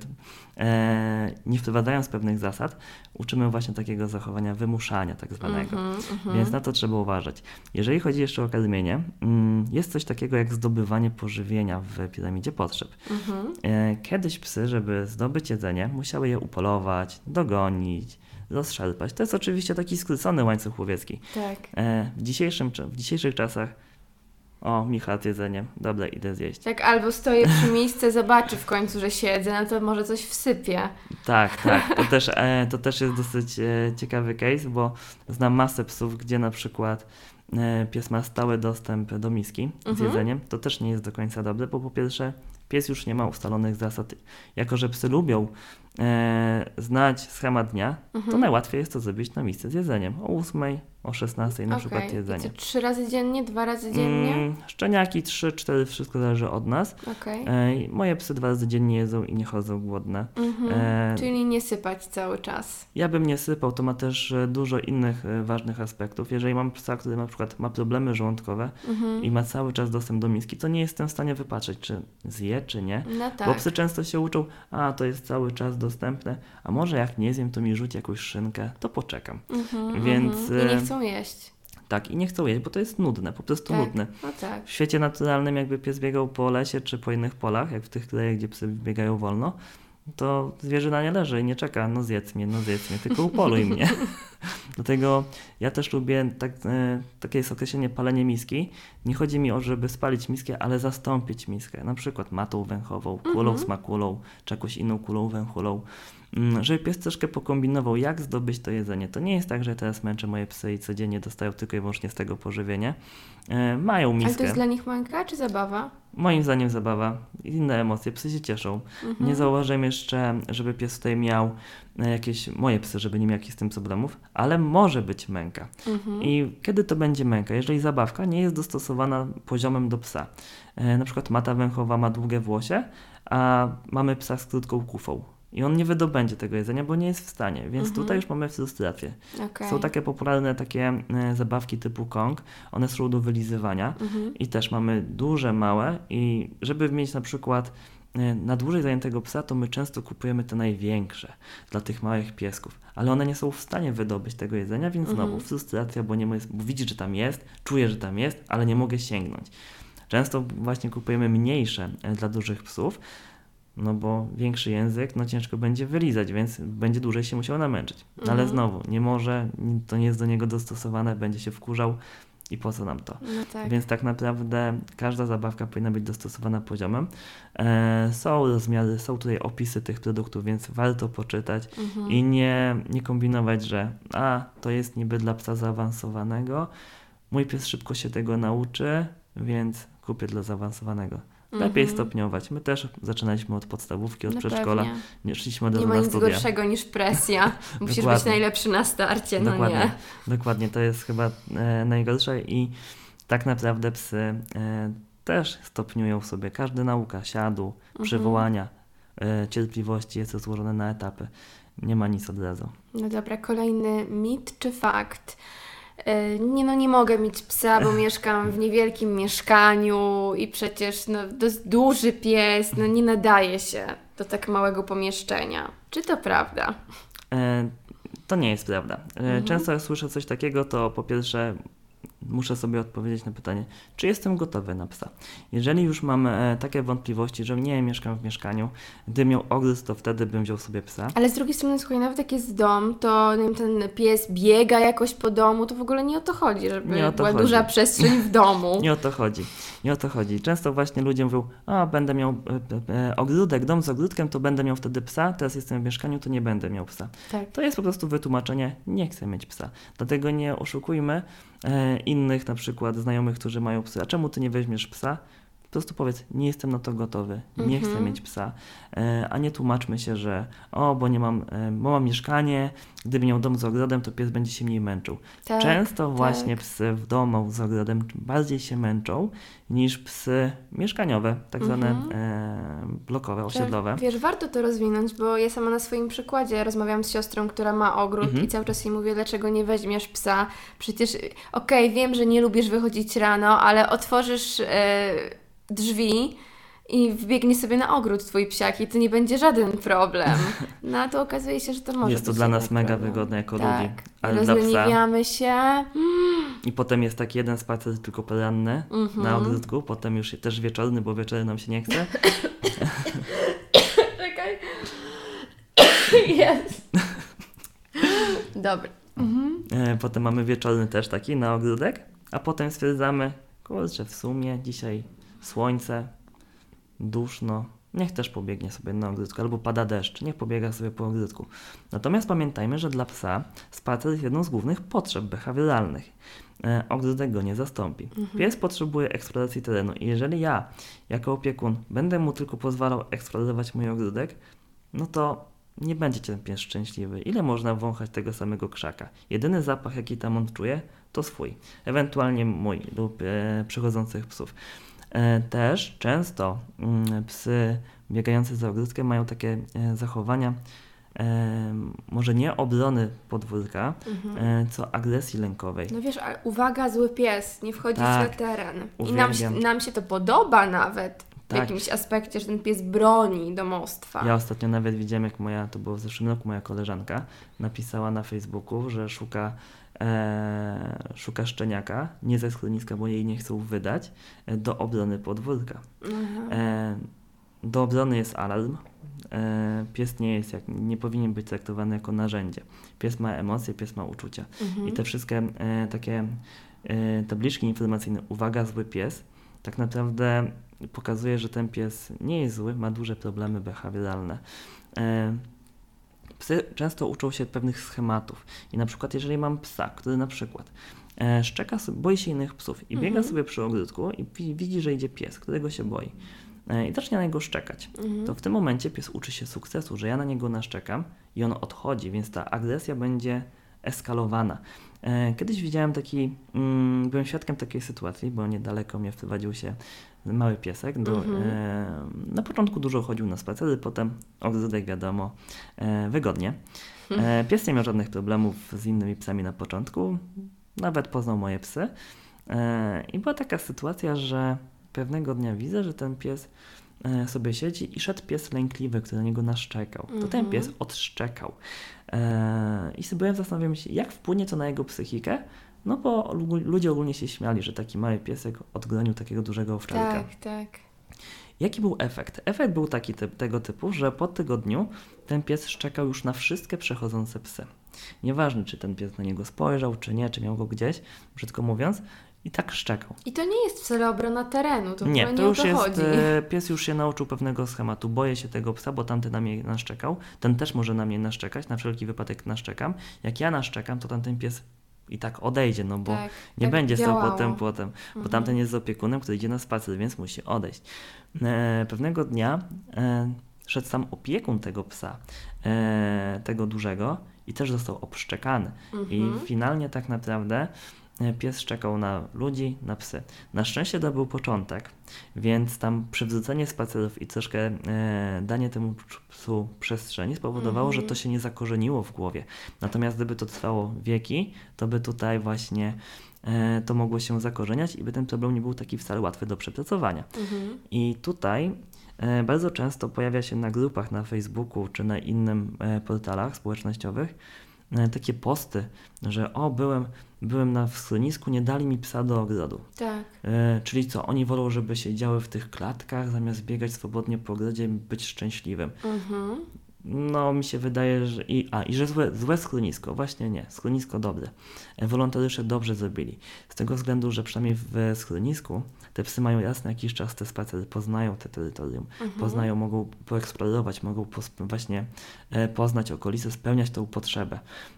e, nie wprowadzając pewnych zasad, uczymy właśnie takiego zachowania wymuszania tak zwanego. Mhm, mhm. Więc na to trzeba uważać. Jeżeli chodzi jeszcze o karmienie, mm, jest coś takiego jak zdobywanie pożywienia w piramidzie potrzeb. Mhm. E, Kiedyś psy, żeby zdobyć jedzenie, musiały je upolować, dogonić, rozszarpać. To jest oczywiście taki skrócony łańcuch łowiecki. Tak. E, w, dzisiejszym, cza- w dzisiejszych czasach o, Michał, jedzenie, dobra, idę zjeść. Tak, albo stoję przy miejscu, zobaczy w końcu, że siedzę, no to może coś wsypie. Tak, tak, to też, e, to też jest dosyć e, ciekawy case, bo znam masę psów, gdzie na przykład e, pies ma stały dostęp do miski z Mhm. jedzeniem. To też nie jest do końca dobre, bo po pierwsze pies już nie ma ustalonych zasad. Jako że psy lubią e, znać schemat dnia, Mhm. to najłatwiej jest to zrobić na miejsce z jedzeniem. O ósmej, o szesnastej na Okej. przykład I jedzenie. co, trzy razy dziennie, dwa razy dziennie? Mm, szczeniaki trzy, cztery, wszystko zależy od nas. Okej. E, moje psy dwa razy dziennie jedzą i nie chodzą głodne. Mhm. E, Czyli nie sypać cały czas. Ja bym nie sypał, to ma też e, dużo innych e, ważnych aspektów. Jeżeli mam psa, który na przykład ma problemy żołądkowe Mhm. i ma cały czas dostęp do miski, to nie jestem w stanie wypatrzeć, czy zje, czy nie. No tak. Bo psy często się uczą, a to jest cały czas dostępne, a może jak nie zjem, to mi rzuci jakąś szynkę, to poczekam. Mhm, Więc, mhm. I nie e, chcą jeść. Tak, i nie chcą jeść, bo to jest nudne, po prostu Tak. nudne. No tak. W świecie naturalnym jakby pies biegał po lesie czy po innych polach, jak w tych krajach, gdzie psy biegają wolno, to zwierzyna nie leży i nie czeka, no zjedz mnie, no zjedz mnie, tylko upoluj mnie. Dlatego ja też lubię tak, e, takie jest określenie palenie miski. Nie chodzi mi o, żeby spalić miskę, ale zastąpić miskę. Na przykład matą węchową, kulą Mhm. smakulą, czy jakąś inną kulą węchulą. Mm, Żeby pies troszkę pokombinował, jak zdobyć to jedzenie. To nie jest tak, że ja teraz męczę moje psy i codziennie dostają tylko i wyłącznie z tego pożywienie. E, mają Ale miskę. to jest dla nich męka czy zabawa? Moim zdaniem zabawa, inne emocje, psy się cieszą. Mhm. Nie zauważyłem jeszcze, żeby pies tutaj miał e, jakieś, moje psy, żeby nie miał jakichś z tym problemów, ale może być męka. Mhm. I kiedy to będzie męka? Jeżeli zabawka nie jest dostosowana poziomem do psa. E, na przykład mata węchowa ma długie włosie, a mamy psa z krótką kufą. I on nie wydobędzie tego jedzenia, bo nie jest w stanie, więc Mhm. tutaj już mamy frustrację. Okej. Są takie popularne takie e, zabawki typu Kong, one służą do wylizywania. Mhm. I też mamy duże, małe i żeby mieć na przykład e, na dłużej zajętego psa, to my często kupujemy te największe dla tych małych piesków, ale one nie są w stanie wydobyć tego jedzenia, więc Mhm. znowu frustracja, bo nie mo- bo widzi, że tam jest, czuje, że tam jest, ale nie mogę sięgnąć. Często właśnie kupujemy mniejsze e, dla dużych psów, no bo większy język, no ciężko będzie wylizać, więc będzie dłużej się musiał namęczyć. Ale Mhm. znowu, nie może, to nie jest do niego dostosowane, będzie się wkurzał i po co nam to? No tak. Więc tak naprawdę każda zabawka powinna być dostosowana poziomem. E, są rozmiary, są tutaj opisy tych produktów, więc warto poczytać Mhm. i nie, nie kombinować, że a, to jest niby dla psa zaawansowanego, mój pies szybko się tego nauczy, więc kupię dla zaawansowanego. Lepiej Mhm. stopniować. My też zaczynaliśmy od podstawówki, od No przedszkola, pewnie. nie szliśmy od Nie razu ma na nic studia. gorszego niż presja. Musisz być Dokładnie. najlepszy na starcie, no Dokładnie, nie. dokładnie, to jest chyba e, najgorsze i tak naprawdę psy e, też stopniują sobie. Każda nauka siadu, Mhm. przywołania, e, cierpliwości jest rozłożone na etapy. Nie ma nic od razu. No dobra, kolejny mit czy fakt? Yy, Nie no, nie mogę mieć psa, bo mieszkam w niewielkim mieszkaniu i przecież no, dość duży pies, no nie nadaje się do tak małego pomieszczenia. Czy to prawda? E, to nie jest prawda. E, Mhm. Często jak słyszę coś takiego, to po pierwsze muszę sobie odpowiedzieć na pytanie, czy jestem gotowy na psa. Jeżeli już mam e, takie wątpliwości, że nie mieszkam w mieszkaniu, gdybym miał ogród, to wtedy bym wziął sobie psa. Ale z drugiej strony, słuchaj, nawet jak jest dom, to nie wiem, ten pies biega jakoś po domu, to w ogóle nie o to chodzi, żeby Nie o to była chodzi. duża przestrzeń w domu. Nie o to chodzi. Nie o to chodzi. Często właśnie ludzie mówią, a będę miał e, e, ogródek, dom z ogródkiem, to będę miał wtedy psa, teraz jestem w mieszkaniu, to nie będę miał psa. Tak. To jest po prostu wytłumaczenie, nie chcę mieć psa. Dlatego nie oszukujmy e, innych na przykład znajomych, którzy mają psy. A czemu ty nie weźmiesz psa? Po prostu powiedz, nie jestem na to gotowy, nie chcę Mhm. mieć psa, e, a nie tłumaczmy się, że o, bo nie mam, e, bo mam mieszkanie, gdyby miał dom z ogrodem, to pies będzie się mniej męczył. Tak, Często tak. właśnie psy w domu z ogrodem bardziej się męczą niż psy mieszkaniowe, tak zwane Mhm. e, blokowe, osiedlowe. Tak, wiesz, warto to rozwinąć, bo ja sama na swoim przykładzie rozmawiam z siostrą, która ma ogród Mhm. i cały czas jej mówię, dlaczego nie weźmiesz psa. Przecież, okej, wiem, że nie lubisz wychodzić rano, ale otworzysz e, drzwi i wbiegnie sobie na ogród twój psiak i to nie będzie żaden problem. No a to okazuje się, że to może Jest to być dla nas jednak mega problem. wygodne jako tak. ludzi, ale dla psa. Rozleniwiamy się. I potem jest taki jeden spacer tylko poranny Mhm. na ogródku, potem już też wieczorny, bo wieczorem nam się nie chce. Czekaj. Jest. Dobra. Mhm. E, Potem mamy wieczorny też taki na ogródek, a potem stwierdzamy, kurczę, w sumie dzisiaj słońce, duszno, niech też pobiegnie sobie na ogródku, albo pada deszcz, niech pobiega sobie po ogródku. Natomiast pamiętajmy, że dla psa spacer jest jedną z głównych potrzeb behawioralnych. E, ogródek go nie zastąpi. Pies potrzebuje eksploracji terenu i jeżeli ja, jako opiekun, będę mu tylko pozwalał eksplorować mój ogródek, no to nie będzie ten pies szczęśliwy. Ile można wąchać tego samego krzaka? Jedyny zapach, jaki tam on czuje, to swój, ewentualnie mój lub e, przychodzących psów. E, też często mm, psy biegające za ogródkiem mają takie e, zachowania, e, może nie obrony podwórka, Mhm. e, co agresji lękowej. No wiesz, a uwaga, zły pies, nie wchodzić Tak, na teren. I nam się, uwielbiam. nam się to podoba nawet w Tak. jakimś aspekcie, że ten pies broni domostwa. Ja ostatnio nawet widziałem, jak moja, to było w zeszłym roku, moja koleżanka napisała na Facebooku, że szuka, e, szuka szczeniaka, nie ze schroniska, bo jej nie chcą wydać, e, do obrony podwórka. Aha. E, do obrony jest alarm. E, pies nie jest, jak, nie powinien być traktowany jako narzędzie. Pies ma emocje, pies ma uczucia. Mhm. I te wszystkie e, takie e, tabliczki informacyjne, uwaga, zły pies, tak naprawdę pokazuje, że ten pies nie jest zły, ma duże problemy behawioralne. E, psy często uczą się pewnych schematów i na przykład jeżeli mam psa, który na przykład e, szczeka sobie, boi się innych psów i biega Mhm. sobie przy ogródku i wi- widzi, że idzie pies, którego się boi e, i zacznie na niego szczekać, Mhm. to w tym momencie pies uczy się sukcesu, że ja na niego naszczekam i on odchodzi, więc ta agresja będzie eskalowana. E, Kiedyś widziałem taki, mm, byłem świadkiem takiej sytuacji, bo niedaleko mnie wprowadził się mały piesek. Do, Mhm. e, na początku dużo chodził na spacery, potem ogródek, wiadomo, e, wygodnie. E, pies nie miał żadnych problemów z innymi psami na początku, nawet poznał moje psy. E, I była taka sytuacja, że pewnego dnia widzę, że ten pies e, sobie siedzi i szedł pies lękliwy, który na niego naszczekał. To ten Mhm. pies odszczekał. E, I sobie byłem zastanawiam się, jak wpłynie to na jego psychikę, no bo lu- ludzie ogólnie się śmiali, że taki mały piesek odgonił takiego dużego owczarka. Tak, tak. Jaki był efekt? Efekt był taki typ, tego typu, że po tygodniu ten pies szczekał już na wszystkie przechodzące psy. Nieważne, czy ten pies na niego spojrzał, czy nie, czy miał go gdzieś, brzydko mówiąc, i tak szczekał. I to nie jest wcale obrona terenu, to Nie, chyba to nie już o to jest, chodzi. e, pies już się nauczył pewnego schematu. Boję się tego psa, bo tamten na mnie naszczekał. Ten też może na mnie naszczekać, na wszelki wypadek naszczekam. Jak ja naszczekam, to tamten pies i tak odejdzie, no bo Tak, nie tak będzie stał działało. potem, potem, bo Mhm. tamten jest z opiekunem, który idzie na spacer, więc musi odejść. E, pewnego dnia e, szedł sam opiekun tego psa, e, tego dużego i też został obszczekany. I Mhm. finalnie tak naprawdę e, pies szczekał na ludzi, na psy. Na szczęście to był początek, więc tam przywrócenie spacerów i troszkę e, danie temu psu przestrzeni spowodowało, Mhm. że to się nie zakorzeniło w głowie. Natomiast gdyby to trwało wieki, to by tutaj właśnie e, to mogło się zakorzeniać i by ten problem nie był taki wcale łatwy do przepracowania. Mhm. I tutaj e, bardzo często pojawia się na grupach na Facebooku czy na innym e, portalach społecznościowych e, takie posty, że o, byłem, byłem na w schronisku, nie dali mi psa do ogrodu. Tak. E, czyli co, oni wolą, żeby siedziały w tych klatkach, zamiast biegać swobodnie po ogrodzie i być szczęśliwym. Mhm. No, mi się wydaje, że i, a, i że złe, złe schronisko, właśnie nie, schronisko dobre. E, Wolontariusze dobrze zrobili. Z tego względu, że przynajmniej w schronisku te psy mają raz na jakiś czas te spacery, poznają te terytorium, Mhm. poznają, mogą poeksplorować, mogą pos, właśnie e, poznać okolice, spełniać tą potrzebę.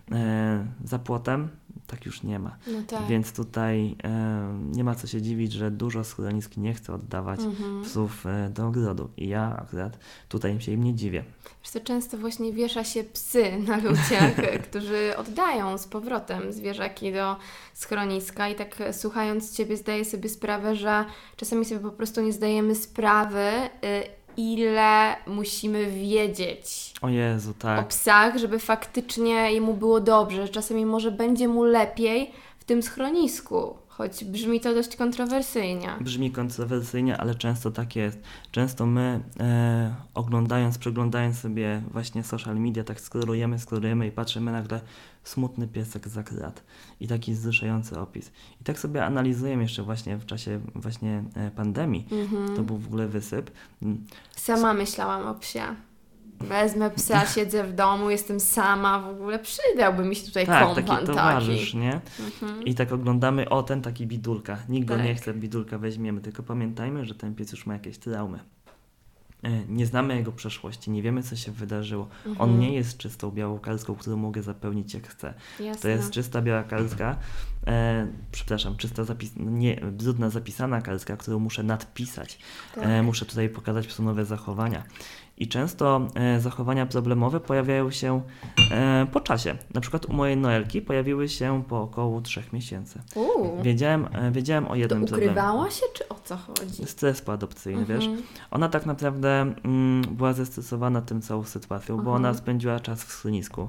E, za płotem tak już nie ma. No tak. Więc tutaj e, nie ma co się dziwić, że dużo schronisk nie chce oddawać Mhm. psów e, do ogrodu. I ja akurat tutaj się im nie dziwię. Wiesz co, często właśnie wiesza się psy na ludziach, którzy oddają z powrotem zwierzaki do schroniska i tak e, słuchając Ciebie zdaję sobie sprawę, że czasami sobie po prostu nie zdajemy sprawy, y, ile musimy wiedzieć O Jezu, o tak. psach, żeby faktycznie jemu było dobrze, że czasami może będzie mu lepiej w tym schronisku, choć brzmi to dość kontrowersyjnie. Brzmi kontrowersyjnie, ale często tak jest. Często my e, oglądając, przeglądając sobie właśnie social media, tak skrolujemy, skrolujemy i patrzymy nagle smutny piesek za krat i taki wzruszający opis. I tak sobie analizujemy jeszcze właśnie w czasie właśnie e, pandemii. Mhm. To był w ogóle wysyp. Mm, Sama myślałam o psie. Wezmę psa, siedzę w domu, jestem sama, w ogóle przydałby mi się tutaj Tak, kompan taki towarzysz, taki. nie? Mhm. I tak oglądamy, o ten taki bidulka. Nikt go Tak. nie chce, bidulka weźmiemy, tylko pamiętajmy, że ten pies już ma jakieś traumy. E, Nie znamy jego przeszłości, nie wiemy co się wydarzyło. Mhm. On nie jest czystą białą kalską, którą mogę zapełnić jak chcę. Jasne. To jest czysta biała kalska, e, przepraszam, czysta zapis, nie, brudna zapisana kalska, którą muszę nadpisać. Tak. E, muszę tutaj pokazać psu nowe zachowania. I często e, zachowania problemowe pojawiają się e, po czasie. Na przykład u mojej Noelki pojawiły się po około trzech miesięcy. Uuu. Wiedziałem, e, wiedziałem o To jednym problemie. ukrywała się, czy o co chodzi? Stres poadopcyjny, Mhm. wiesz. Ona tak naprawdę mm, była zestresowana tym całą sytuacją, bo Mhm. ona spędziła czas w schronisku.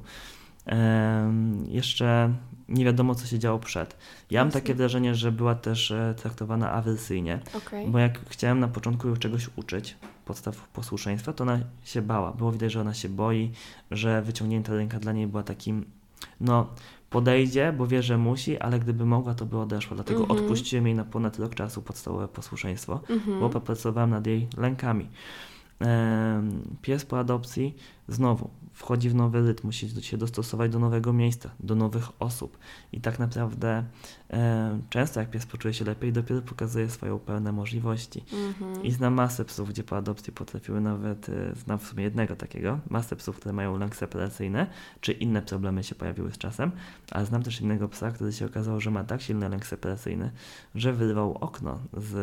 Em, jeszcze nie wiadomo, co się działo przed. Ja mam Jasne. takie wrażenie, że była też e, traktowana awersyjnie, Okej. bo jak chciałem na początku ją czegoś uczyć, podstaw posłuszeństwa, to ona się bała. Było widać, że ona się boi, że wyciągnięta ręka dla niej była takim, no podejdzie, bo wie, że musi, ale gdyby mogła, to by odeszła. Dlatego Mhm. odpuściłem jej na ponad rok czasu podstawowe posłuszeństwo, Mhm. bo popracowałem nad jej lękami. Em, Pies po adopcji znowu wchodzi w nowy rytm, musi się dostosować do nowego miejsca, do nowych osób i tak naprawdę em, często jak pies poczuje się lepiej, dopiero pokazuje swoją pełne możliwości. Mhm. I znam masę psów, gdzie po adopcji potrafiły nawet, e, znam w sumie jednego takiego, masę psów, które mają lęk separacyjny, czy inne problemy się pojawiły z czasem, ale znam też innego psa, który się okazało, że ma tak silny lęk separacyjny, że wyrwał okno z,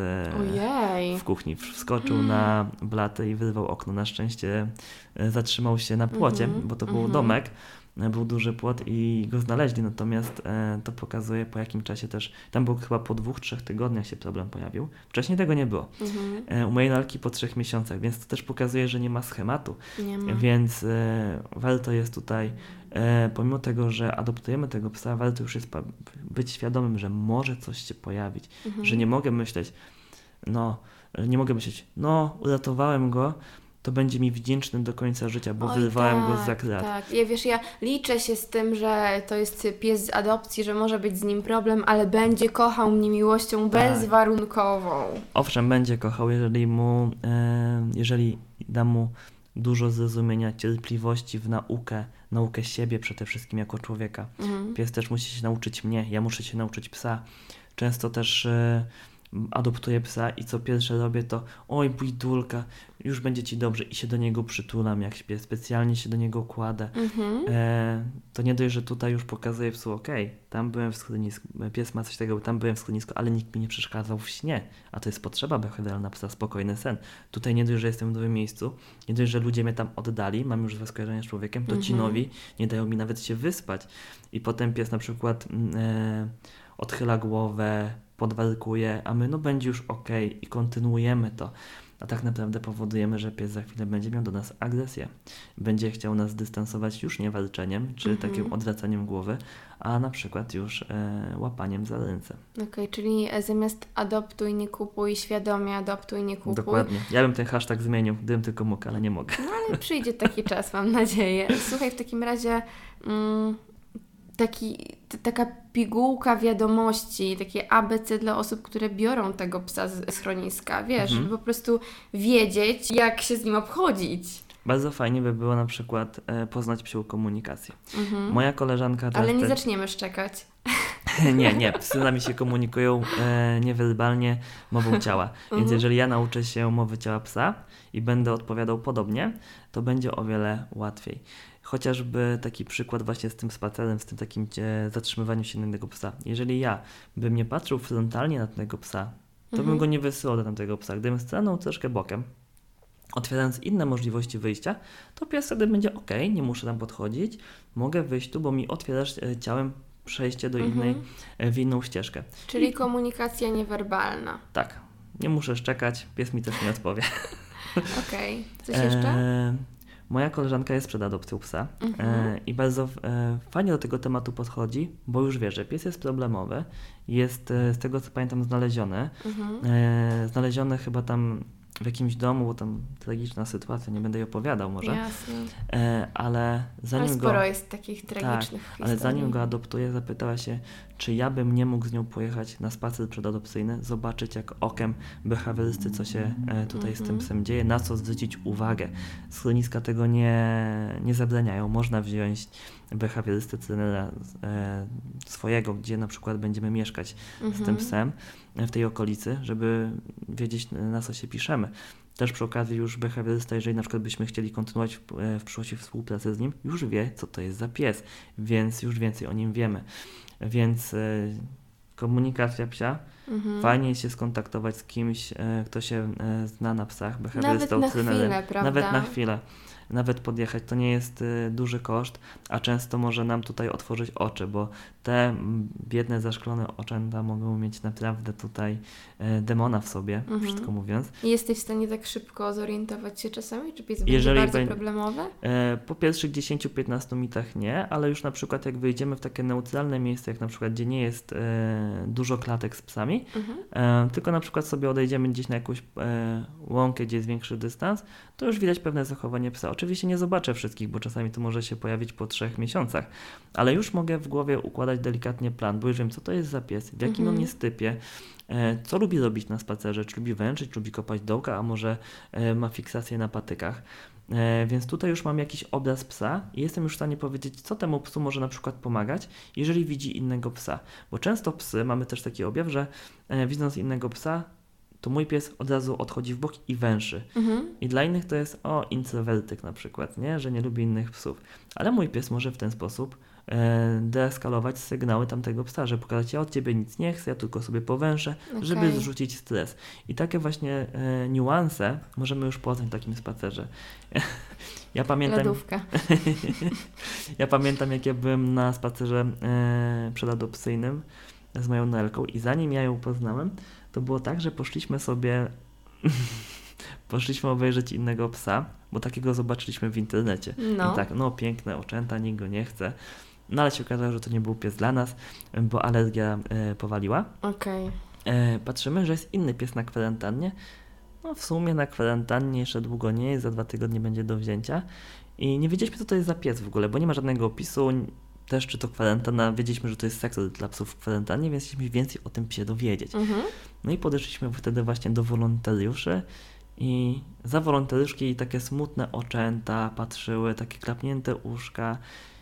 Ojej. w kuchni, wskoczył na blatę i wyrwał okno. Na szczęście e, zatrzymał się na płocie, Mhm, bo to był mhm. domek, e, był duży płot i go znaleźli, natomiast e, to pokazuje po jakim czasie też, tam był chyba po dwóch, trzech tygodniach się problem pojawił. Wcześniej tego nie było. Mhm. E, u mojej lalki po trzech miesiącach, więc to też pokazuje, że nie ma schematu, Nie ma. więc e, warto jest tutaj, e, pomimo tego, że adoptujemy tego psa, warto już jest pa- być świadomym, że może coś się pojawić, Mhm. że nie mogę myśleć, no, nie mogę myśleć, no, uratowałem go, to będzie mi wdzięczny do końca życia, bo Oj, wyrwałem go tak, za krat. Tak, ja wiesz, ja liczę się z tym, że to jest pies z adopcji, że może być z nim problem, ale będzie kochał mnie miłością Tak. bezwarunkową. Owszem, będzie kochał, jeżeli mu, e, jeżeli da mu dużo zrozumienia, cierpliwości w naukę, naukę siebie przede wszystkim jako człowieka. Mhm. Pies też musi się nauczyć mnie, ja muszę się nauczyć psa. Często też e, adoptuję psa i co pierwsze robię to oj bójdulka, już będzie ci dobrze i się do niego przytulam jak śpię, specjalnie się do niego kładę. Mhm. E, to nie dość, że tutaj już pokazuję psu, okej, tam byłem w schronisku, pies ma coś takiego, tam byłem w schronisku, ale nikt mi nie przeszkadzał w śnie, a to jest potrzeba behawioralna psa, spokojny sen. Tutaj nie dość, że jestem w nowym miejscu, nie dość, że ludzie mnie tam oddali, mam już złe skojarzenia z człowiekiem, to ci Mhm. nowi nie dają mi nawet się wyspać i potem pies na przykład mm, e, odchyla głowę, podwalkuje, a my no będzie już okej i kontynuujemy to. A tak naprawdę powodujemy, że pies za chwilę będzie miał do nas agresję. Będzie chciał nas dystansować już nie walczeniem, czy Mhm. takim odwracaniem głowy, a na przykład już e, łapaniem za ręce. Okej, czyli e, zamiast adoptuj, nie kupuj, świadomie adoptuj, nie kupuj. Dokładnie. Ja bym ten hashtag zmienił, gdybym tylko mógł, ale nie mogę. No ale przyjdzie taki czas, mam nadzieję. Słuchaj, w takim razie mm, taki, t- taka pigułka wiadomości, takie A B C dla osób, które biorą tego psa z schroniska, wiesz, Mhm. żeby po prostu wiedzieć, jak się z nim obchodzić. Bardzo fajnie by było na przykład e, poznać psią komunikację. Mhm. Moja koleżanka teraz... Ale nie te- zaczniemy szczekać. Nie, nie, psy z nami się komunikują e, niewerbalnie mową ciała. Więc Mhm. jeżeli ja nauczę się mowy ciała psa i będę odpowiadał podobnie, to będzie o wiele łatwiej. Chociażby taki przykład właśnie z tym spacerem, z tym takim e, zatrzymywaniem się na innego psa. Jeżeli ja bym nie patrzył frontalnie na tego psa, to Mhm. bym go nie wysyłał do tamtego psa. Gdybym stanął troszkę bokiem, otwierając inne możliwości wyjścia, to pies wtedy będzie ok, nie muszę tam podchodzić, mogę wyjść tu, bo mi otwierasz e, ciałem przejście do innej, Mhm. e, w inną ścieżkę. Czyli komunikacja niewerbalna. Tak, nie muszę szczekać, pies mi też nie odpowie. Okej. Coś jeszcze? E, moja koleżanka jest przed adopcją psa Mhm. e, i bardzo e, fajnie do tego tematu podchodzi, bo już wie, że pies jest problemowy, jest e, z tego co pamiętam znaleziony, Mhm. e, znaleziony chyba tam w jakimś domu, bo tam tragiczna sytuacja, nie będę jej opowiadał może, Jasne. e, ale zanim Ale go... sporo jest takich tragicznych historii. Ale zanim go adoptuję, zapytała się, czy ja bym nie mógł z nią pojechać na spacer przedadopcyjny, zobaczyć jak okiem behawiorysty, co się e, tutaj z tym Mhm. psem dzieje, na co zwrócić uwagę. Schroniska tego nie, nie zabraniają. Można wziąć behawiorystę trenera e, swojego, gdzie na przykład będziemy mieszkać z tym Mhm. psem e, w tej okolicy, żeby wiedzieć, na co się piszemy. Też przy okazji już behawiorysta, jeżeli na przykład byśmy chcieli kontynuować w, e, w przyszłości współpracę z nim, już wie, co to jest za pies, więc już więcej o nim wiemy. Więc e, komunikacja psia. Mhm. Fajnie jest się skontaktować z kimś, e, kto się e, zna na psach, Nawet behawiorystą, na trenerem. chwilę, prawda? Nawet na chwilę. Nawet podjechać, to nie jest y, duży koszt, a często może nam tutaj otworzyć oczy, bo te mm, biedne, zaszklone oczęta mogą mieć naprawdę tutaj y, demona w sobie, Mhm. brzydko mówiąc. I jesteś w stanie tak szybko zorientować się czasami? Czy pies będzie Jeżeli bardzo beń- problemowy? E, po pierwszych dziesięć do piętnastu minutach nie, ale już na przykład jak wyjdziemy w takie neutralne miejsce, jak na przykład gdzie nie jest e, dużo klatek z psami, Mhm. e, tylko na przykład sobie odejdziemy gdzieś na jakąś e, łąkę, gdzie jest większy dystans, to już widać pewne zachowanie psa. Oczywiście nie zobaczę wszystkich, bo czasami to może się pojawić po trzech miesiącach, ale już mogę w głowie układać delikatnie plan, bo już wiem, co to jest za pies, w jakim Mhm. on jest typie, e, co lubi robić na spacerze, czy lubi węczyć, czy lubi kopać dołka, a może e, ma fiksację na patykach. E, więc tutaj już mam jakiś obraz psa i jestem już w stanie powiedzieć, co temu psu może na przykład pomagać, jeżeli widzi innego psa. Bo często psy, mamy też taki objaw, że e, widząc innego psa, to mój pies od razu odchodzi w bok i węszy. Mhm. I dla innych to jest, o, introwertyk na przykład, nie? Że nie lubi innych psów. Ale mój pies może w ten sposób e, deeskalować sygnały tamtego psa, że pokazać, ja od ciebie nic nie chcę, ja tylko sobie powęszę, żeby Okej. zrzucić stres. I takie właśnie e, niuanse możemy już poznać w takim spacerze. Ja pamiętam, Lodówka. ja pamiętam, jak ja byłem na spacerze e, przedadopcyjnym z moją Nelką i zanim ja ją poznałem, to było tak, że poszliśmy sobie poszliśmy obejrzeć innego psa, bo takiego zobaczyliśmy w internecie. No. I tak, no piękne oczęta, nikt go nie chce. No ale się okazało, że to nie był pies dla nas, bo alergia e, powaliła. Okej. E, patrzymy, że jest inny pies na kwarantannie. No w sumie na kwarantannie jeszcze długo nie jest, za dwa tygodnie będzie do wzięcia. I nie wiedzieliśmy, co to jest za pies w ogóle, bo nie ma żadnego opisu, też czy to kwarantanna. Wiedzieliśmy, że to jest sektor dla psów w kwarantannie, więc chcieliśmy więcej o tym psie dowiedzieć. Mhm. No i podeszliśmy wtedy właśnie do wolontariuszy i za wolontariuszki takie smutne oczęta patrzyły, takie klapnięte uszka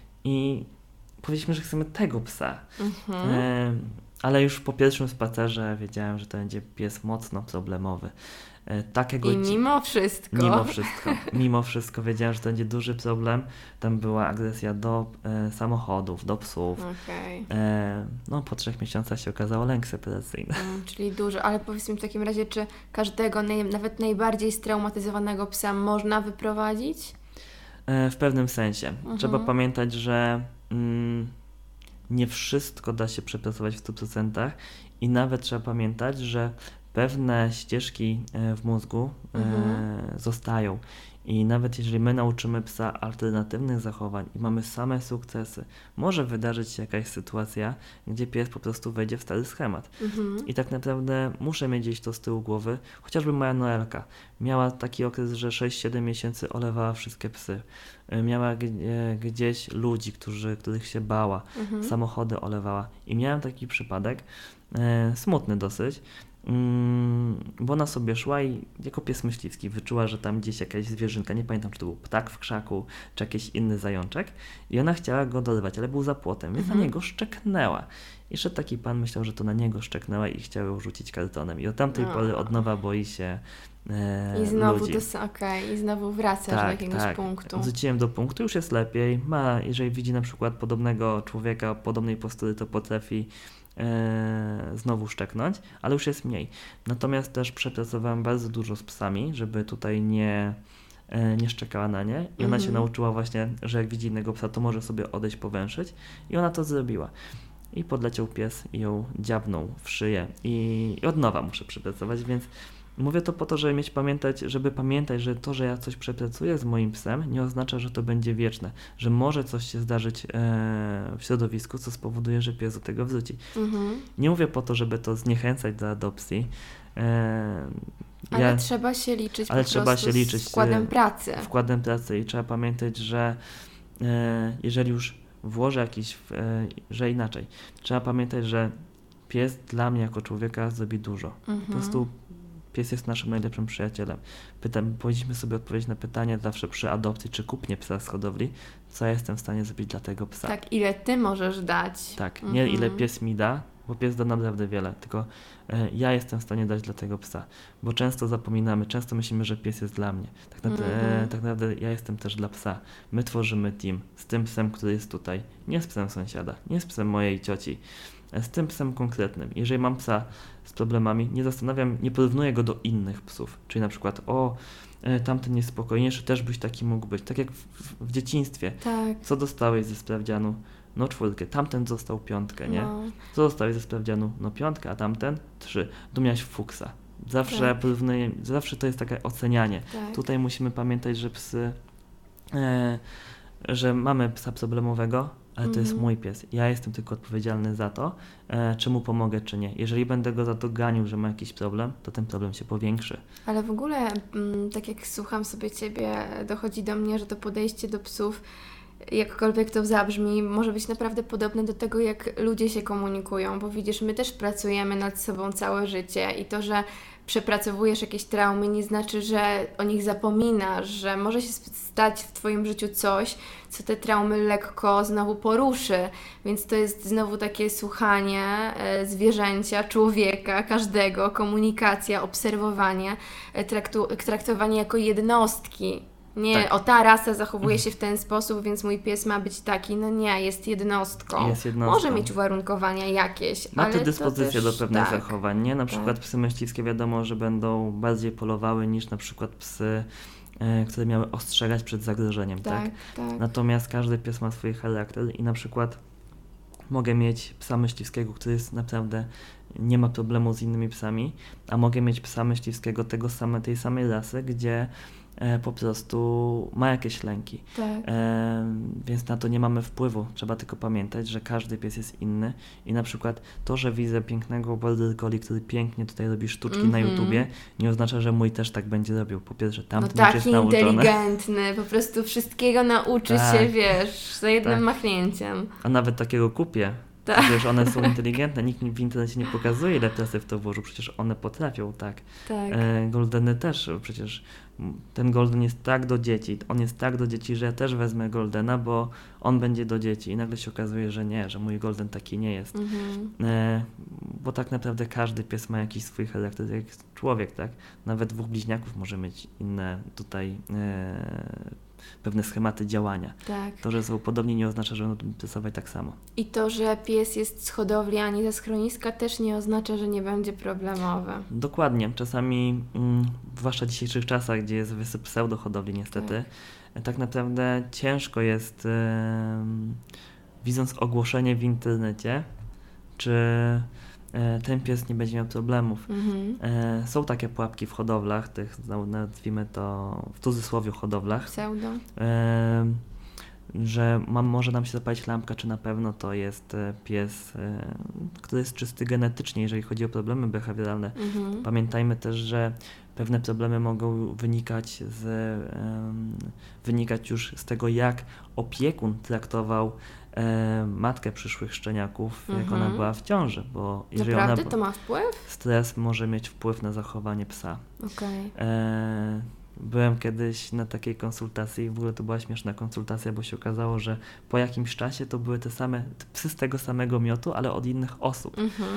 i powiedzieliśmy, że chcemy tego psa. Mhm. E, ale już po pierwszym spacerze wiedziałem, że to będzie pies mocno problemowy. E, takiego I mimo wszystko. Mimo wszystko, mimo wszystko wiedziałem, że to będzie duży problem. Tam była agresja do e, samochodów, do psów. Okej. E, no po trzech miesiącach się okazało lęk separacyjny. Mm, czyli dużo, ale powiedz mi w takim razie, czy każdego, naj, nawet najbardziej straumatyzowanego psa można wyprowadzić? E, w pewnym sensie. Mhm. Trzeba pamiętać, że mm, nie wszystko da się przepracować w stu procentach i nawet trzeba pamiętać, że pewne ścieżki e, w mózgu e, Mhm. zostają. I nawet jeżeli my nauczymy psa alternatywnych zachowań i mamy same sukcesy, może wydarzyć się jakaś sytuacja, gdzie pies po prostu wejdzie w stary schemat. Mhm. I tak naprawdę muszę mieć gdzieś to z tyłu głowy. Chociażby moja Noelka miała taki okres, że sześć siedem miesięcy olewała wszystkie psy. E, Miała g- e, gdzieś ludzi, którzy, których się bała. Mhm. Samochody olewała. I miałem taki przypadek, e, smutny dosyć, mm, bo ona sobie szła i jako pies myśliwski wyczuła, że tam gdzieś jakaś zwierzynka, nie pamiętam, czy to był ptak w krzaku, czy jakiś inny zajączek i ona chciała go dorwać, ale był za płotem, więc Mhm. na niego szczeknęła. I szedł taki pan, myślał, że to na niego szczeknęła i chciał ją rzucić kartonem. I od tamtej A. pory od nowa boi się e, I znowu ludzi. to s- okej, i znowu wracasz do jakiegoś punktu. Wróciłem do punktu, już jest lepiej. Ma, jeżeli widzi na przykład podobnego człowieka, podobnej postury, to potrafi e, znowu szczeknąć, ale już jest mniej. Natomiast też przepracowałem bardzo dużo z psami, żeby tutaj nie, e, nie szczekała na nie. I ona Mhm. się nauczyła właśnie, że jak widzi innego psa, to może sobie odejść, powęszyć. I ona to zrobiła. I podleciał pies i ją dziabnął w szyję. I, i od nowa muszę przepracować, więc mówię to po to, żeby mieć pamiętać, żeby pamiętać, że to, że ja coś przepracuję z moim psem, nie oznacza, że to będzie wieczne, że może coś się zdarzyć e, w środowisku, co spowoduje, że pies do tego wróci. Mhm. Nie mówię po to, żeby to zniechęcać do adopcji. E, Ale ja trzeba się liczyć ale po trzeba prostu się liczyć z z- wkładem pracy. wkładem pracy i trzeba pamiętać, że e, jeżeli już włożę jakiś, w- e, że inaczej, trzeba pamiętać, że pies dla mnie jako człowieka zrobi dużo. Mhm. Po prostu pies jest naszym najlepszym przyjacielem. Pytam, powinniśmy sobie odpowiedzieć na pytanie zawsze przy adopcji, czy kupnie psa z hodowli, co ja jestem w stanie zrobić dla tego psa. Tak, ile ty możesz dać. Tak, nie ile Mhm. pies mi da, bo pies da naprawdę wiele, tylko e, ja jestem w stanie dać dla tego psa, bo często zapominamy, często myślimy, że pies jest dla mnie. Tak naprawdę, Mhm. e, tak naprawdę ja jestem też dla psa. My tworzymy team z tym psem, który jest tutaj, nie z psem sąsiada, nie z psem mojej cioci, z tym psem konkretnym. Jeżeli mam psa z problemami, nie zastanawiam, nie porównuję go do innych psów. Czyli na przykład, o, tamten jest spokojniejszy, też byś taki mógł być. Tak jak w, w, w dzieciństwie. Tak. Co dostałeś ze sprawdzianu? No czwórkę. Tamten dostał piątkę, nie? No. Co dostałeś ze sprawdzianu? No piątkę, a tamten? Trzy. Tu miałeś fuksa. Zawsze Tak. porównuję, zawsze to jest takie ocenianie. Tak. Tutaj musimy pamiętać, że psy, e, że mamy psa problemowego, ale to jest Mhm. mój pies. Ja jestem tylko odpowiedzialny za to, e, czy mu pomogę, czy nie. Jeżeli będę go za to ganił, że ma jakiś problem, to ten problem się powiększy. Ale w ogóle, mm, tak jak słucham sobie Ciebie, dochodzi do mnie, że to podejście do psów, jakkolwiek to zabrzmi, może być naprawdę podobne do tego, jak ludzie się komunikują, bo widzisz, my też pracujemy nad sobą całe życie i to, że przepracowujesz jakieś traumy, nie znaczy, że o nich zapominasz, że może się stać w Twoim życiu coś, co te traumy lekko znowu poruszy, więc to jest znowu takie słuchanie e, zwierzęcia, człowieka, każdego, komunikacja, obserwowanie, e, traktu, traktowanie jako jednostki. Nie, Tak. o ta rasa zachowuje się w ten sposób, więc mój pies ma być taki. No nie, jest jednostką. Jest jednostką. Może mieć uwarunkowania jakieś, Ma ale te dyspozycje to do też, pewnych tak. zachowań, nie? Na przykład tak. psy myśliwskie wiadomo, że będą bardziej polowały niż na przykład psy, e, które miały ostrzegać przed zagrożeniem, tak? Tak, tak. Natomiast każdy pies ma swój charakter i na przykład mogę mieć psa myśliwskiego, który jest naprawdę, nie ma problemu z innymi psami, a mogę mieć psa myśliwskiego tego same, tej samej rasy, gdzie e, po prostu ma jakieś lęki. tak. E, więc na to nie mamy wpływu. Trzeba tylko pamiętać, że każdy pies jest inny i na przykład to, że widzę pięknego border collie, który pięknie tutaj robi sztuczki na Mhm. YouTubie, nie oznacza, że mój też tak będzie robił. Po pierwsze, No tamten już jest taki nauczony, inteligentny, po prostu wszystkiego nauczy Tak. się, wiesz, za jednym Tak. machnięciem. a nawet takiego kupię. Tak. Przecież one są inteligentne, nikt w internecie nie pokazuje, ile pracy w to włożył, przecież one potrafią, tak. Tak. E, Goldeny też, przecież m, ten Golden jest tak do dzieci, on jest tak do dzieci, że ja też wezmę Goldena, bo on będzie do dzieci i nagle się okazuje, że nie, że mój Golden taki nie jest. Mhm. E, bo tak naprawdę każdy pies ma jakiś swój charakter, jak człowiek, tak. Nawet dwóch bliźniaków może mieć inne tutaj e, pewne schematy działania. Tak. To, że są podobni, nie oznacza, że będą pracować tak samo. I to, że pies jest z hodowli, a nie ze schroniska, też nie oznacza, że nie będzie problemowy. Dokładnie. Czasami, mm, zwłaszcza w dzisiejszych czasach, gdzie jest wysyp pseudohodowli niestety, tak, tak naprawdę ciężko jest, em, widząc ogłoszenie w internecie, czy e, ten pies nie będzie miał problemów. Mhm. E, są takie pułapki w hodowlach, tych no, nazwijmy to w cudzysłowie hodowlach, Pseudo. e, że mam, może nam się zapalić lampka, czy na pewno to jest e, pies, e, który jest czysty genetycznie, jeżeli chodzi o problemy behawioralne. Mhm. Pamiętajmy też, że pewne problemy mogą wynikać, z, em, wynikać już z tego, jak opiekun traktował e, matkę przyszłych szczeniaków, jak Mhm. ona była w ciąży, bo jeżeli Naprawdę ona, to ma wpływ? stres może mieć wpływ na zachowanie psa. Okej. E, byłem kiedyś na takiej konsultacji i w ogóle to była śmieszna konsultacja, bo się okazało, że po jakimś czasie to były te same psy z tego samego miotu, ale od innych osób. Mhm.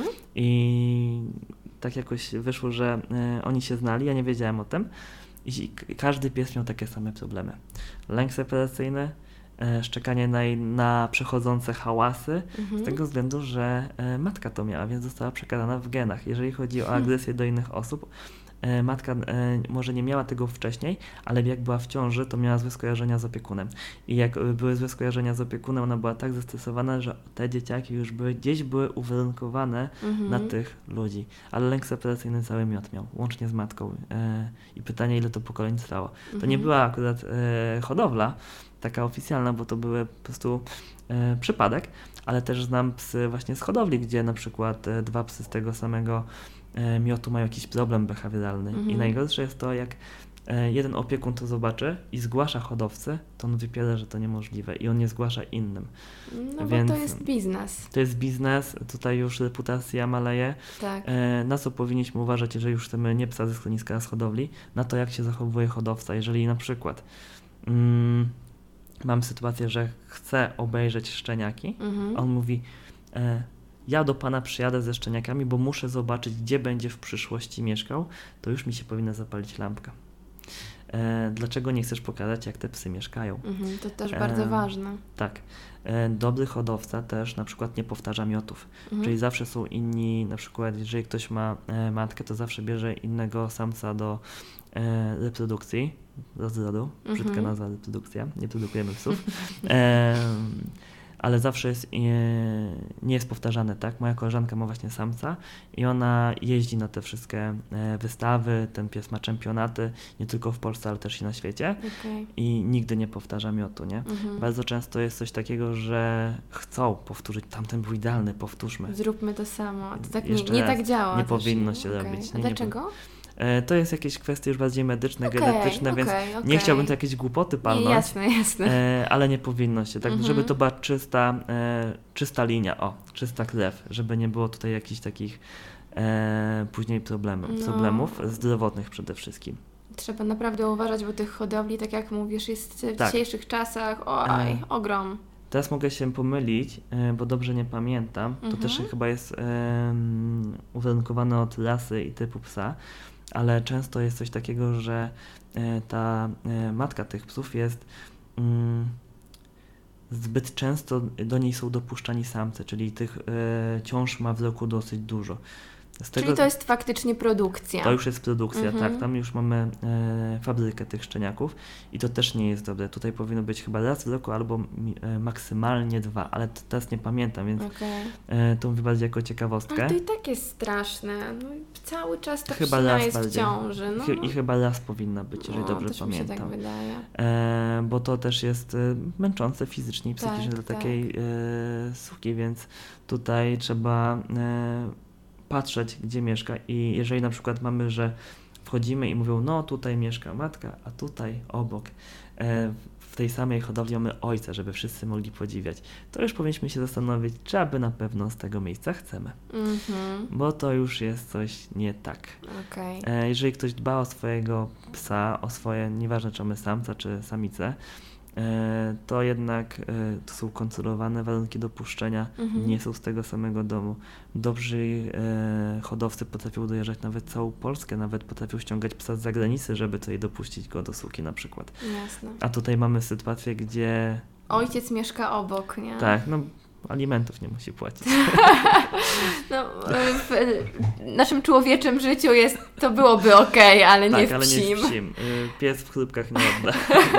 I tak jakoś wyszło, że e, oni się znali, ja nie wiedziałem o tym. I k- każdy pies miał takie same problemy. Lęk separacyjny, e, szczekanie na, na przechodzące hałasy, Mhm. z tego względu, że e, matka to miała, więc została przekazana w genach. Jeżeli chodzi o Hmm. agresję do innych osób, e, matka e, może nie miała tego wcześniej, ale jak była w ciąży, to miała złe skojarzenia z opiekunem. I jak e, były złe skojarzenia z opiekunem, ona była tak zestresowana, że te dzieciaki już były, gdzieś były uwarunkowane Mhm. na tych ludzi. Ale lęk separacyjny cały miot miał, łącznie z matką. E, I pytanie, ile to pokoleń trwało. To nie Mhm. była akurat e, hodowla taka oficjalna, bo to były po prostu e, przypadek, ale też znam psy właśnie z hodowli, gdzie na przykład e, dwa psy z tego samego e, miotu mają jakiś problem behawioralny. Mhm. I najgorsze jest to, jak e, jeden opiekun to zobaczy i zgłasza hodowcę, to on wypiera, że to niemożliwe i on nie zgłasza innym. No Więc- bo to jest biznes. To jest biznes, tutaj już reputacja maleje. Tak. E, na co powinniśmy uważać, jeżeli już chcemy nie psa ze schroniska, a z hodowli, na to, jak się zachowuje hodowca. Jeżeli na przykład mm, mam sytuację, że chcę obejrzeć szczeniaki, Mhm. on mówi, e, ja do pana przyjadę ze szczeniakami, bo muszę zobaczyć, gdzie będzie w przyszłości mieszkał, to już mi się powinna zapalić lampka. e, dlaczego nie chcesz pokazać, jak te psy mieszkają. Mhm, to też bardzo E, ważne. Tak. E, Dobry hodowca też na przykład nie powtarza miotów, Mhm. czyli zawsze są inni, na przykład jeżeli ktoś ma e, matkę, to zawsze bierze innego samca do e, reprodukcji, rozrodu, brzydka Mhm. nazwa reprodukcja, nie produkujemy psów, e, ale zawsze jest, e, nie jest powtarzane, tak? Moja koleżanka ma właśnie samca i ona jeździ na te wszystkie e, wystawy, ten pies ma czempionaty, nie tylko w Polsce, ale też i na świecie Okej. i nigdy nie powtarza miotu, nie? Mhm. Bardzo często jest coś takiego, że chcą powtórzyć, tamten był idealny, powtórzmy. Zróbmy to samo. To tak nie, Jeszcze nie raz, tak działa. nie też, powinno się Okej. robić. A Nie, nie dlaczego? E, To jest jakieś kwestie już bardziej medyczne, Okej, genetyczne, więc okej, nie okej. chciałbym tu jakieś głupoty Nie, palnąć, jasne, jasne. e, ale nie powinno się, tak, Mhm. żeby to była czysta, e, czysta linia, o, czysta krew, żeby nie było tutaj jakichś takich e, później problemów, No. problemów zdrowotnych przede wszystkim. Trzeba naprawdę uważać, bo tych hodowli, tak jak mówisz, jest w Tak. dzisiejszych czasach, oj, E, ogrom. Teraz mogę się pomylić, e, bo dobrze nie pamiętam. To Mhm. też chyba jest em, uwarunkowane od rasy i typu psa, ale często jest coś takiego, że e, ta e, matka tych psów jest mm, zbyt często do niej są dopuszczani samce, czyli tych e, ciąż ma w roku dosyć dużo. Z Czyli to jest faktycznie produkcja. to już jest produkcja, Mhm. tak. Tam już mamy e, fabrykę tych szczeniaków i to też nie jest dobre. Tutaj powinno być chyba raz w roku albo mi- e, maksymalnie dwa, ale t- teraz nie pamiętam, więc Okej. e, to mówię bardziej jako ciekawostkę. Ale to i tak jest straszne. No, i cały czas ta Chyba psina raz jest w bardziej. ciąży. No, Chy- no. I chyba raz powinna być, jeżeli No, dobrze też mi się pamiętam. tak wydaje. E, bo to też jest e, męczące fizycznie i psychicznie Tak, dla tak. takiej e, suki, więc tutaj trzeba e, patrzeć, gdzie mieszka i jeżeli na przykład mamy, że wchodzimy i mówią, no tutaj mieszka matka, a tutaj obok e, w tej samej hodowli mamy ojca, żeby wszyscy mogli podziwiać, to już powinniśmy się zastanowić, czy aby na pewno z tego miejsca chcemy, Mhm. bo to już jest coś nie tak. Okej. E, jeżeli ktoś dba o swojego psa, o swoje, nieważne czy mamy samca czy samicę, e, to jednak e, to są kontrolowane warunki dopuszczenia, Mhm. nie są z tego samego domu. Dobrzy e, hodowcy potrafią dojeżdżać nawet całą Polskę, nawet potrafią ściągać psa z zagranicy, żeby tutaj dopuścić go do suki na przykład. Jasne. A tutaj mamy sytuację, gdzie Ojciec mieszka obok, nie? tak, no alimentów nie musi płacić. No, w naszym człowieczym życiu jest, to byłoby okej, ale nie tak, w ale psim. nie w psim. Y, Pies w chlubkach nie odda.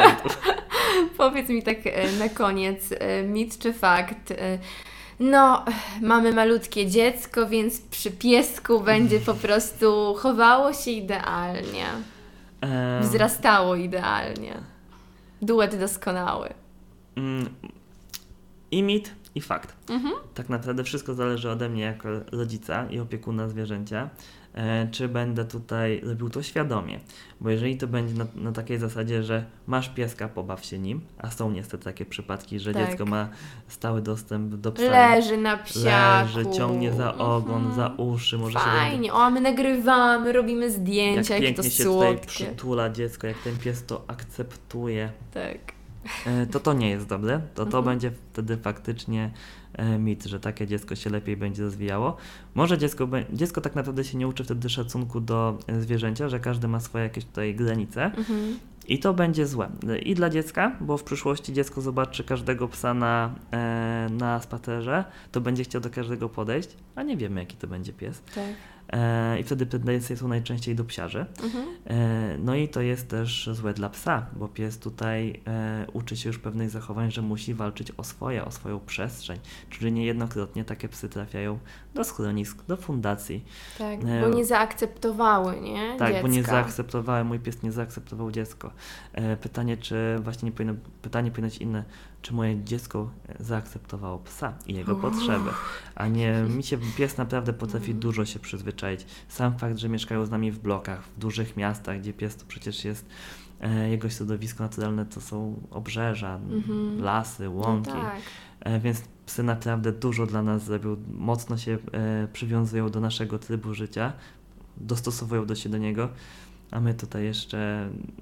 Powiedz mi tak e, na koniec, e, mit czy fakt? E, No, mamy malutkie dziecko, więc przy piesku będzie po prostu chowało się idealnie, Em, wzrastało idealnie. Duet doskonały. Mm, I mit, i fakt. Mhm. Tak naprawdę wszystko zależy ode mnie jako rodzica i opiekuna zwierzęcia, e, czy będę tutaj robił to świadomie. Bo jeżeli to będzie na, na takiej zasadzie, że masz pieska, pobaw się nim, a są niestety takie przypadki, że Tak. dziecko ma stały dostęp do psa. Leży na psiaku. Leży, ciągnie za ogon, Mhm. za uszy, może się do Fajnie, o, a my nagrywamy, robimy jak zdjęcia, jakie to pięknie się tutaj słodkie. przytula dziecko, jak ten pies to akceptuje. Tak. E, to to nie jest dobre, to to Mhm. będzie wtedy faktycznie e, mit, że takie dziecko się lepiej będzie rozwijało. Może dziecko, be- dziecko tak naprawdę się nie uczy wtedy szacunku do e, zwierzęcia, że każdy ma swoje jakieś tutaj granice Mhm. i to będzie złe. E, I dla dziecka, bo w przyszłości dziecko zobaczy każdego psa na, e, na spacerze, to będzie chciał do każdego podejść, a nie wiemy jaki to będzie pies. Tak. E, I wtedy tendencje są najczęściej do psiarzy. Mhm. E, No i to jest też złe dla psa, bo pies tutaj e, uczy się już pewnych zachowań, że musi walczyć o swoje, o swoją przestrzeń. Czyli niejednokrotnie takie psy trafiają do schronisk, do fundacji. Tak, E, bo nie zaakceptowały, nie? Tak, Dziecka. bo nie zaakceptowały, mój pies nie zaakceptował dziecko. E, pytanie, czy właśnie nie powinno, pytanie powinno być inne, czy moje dziecko zaakceptowało psa i jego Uff. potrzeby, a nie, mi się pies naprawdę potrafi Mhm. dużo się przyzwyczaić. Sam fakt, że mieszkają z nami w blokach, w dużych miastach, gdzie pies to przecież jest, e, jego środowisko naturalne to są obrzeża, Mhm. lasy, No łąki, tak. e, więc psy naprawdę dużo dla nas zrobią, mocno się e, przywiązują do naszego trybu życia, dostosowują do się do niego, a my tutaj jeszcze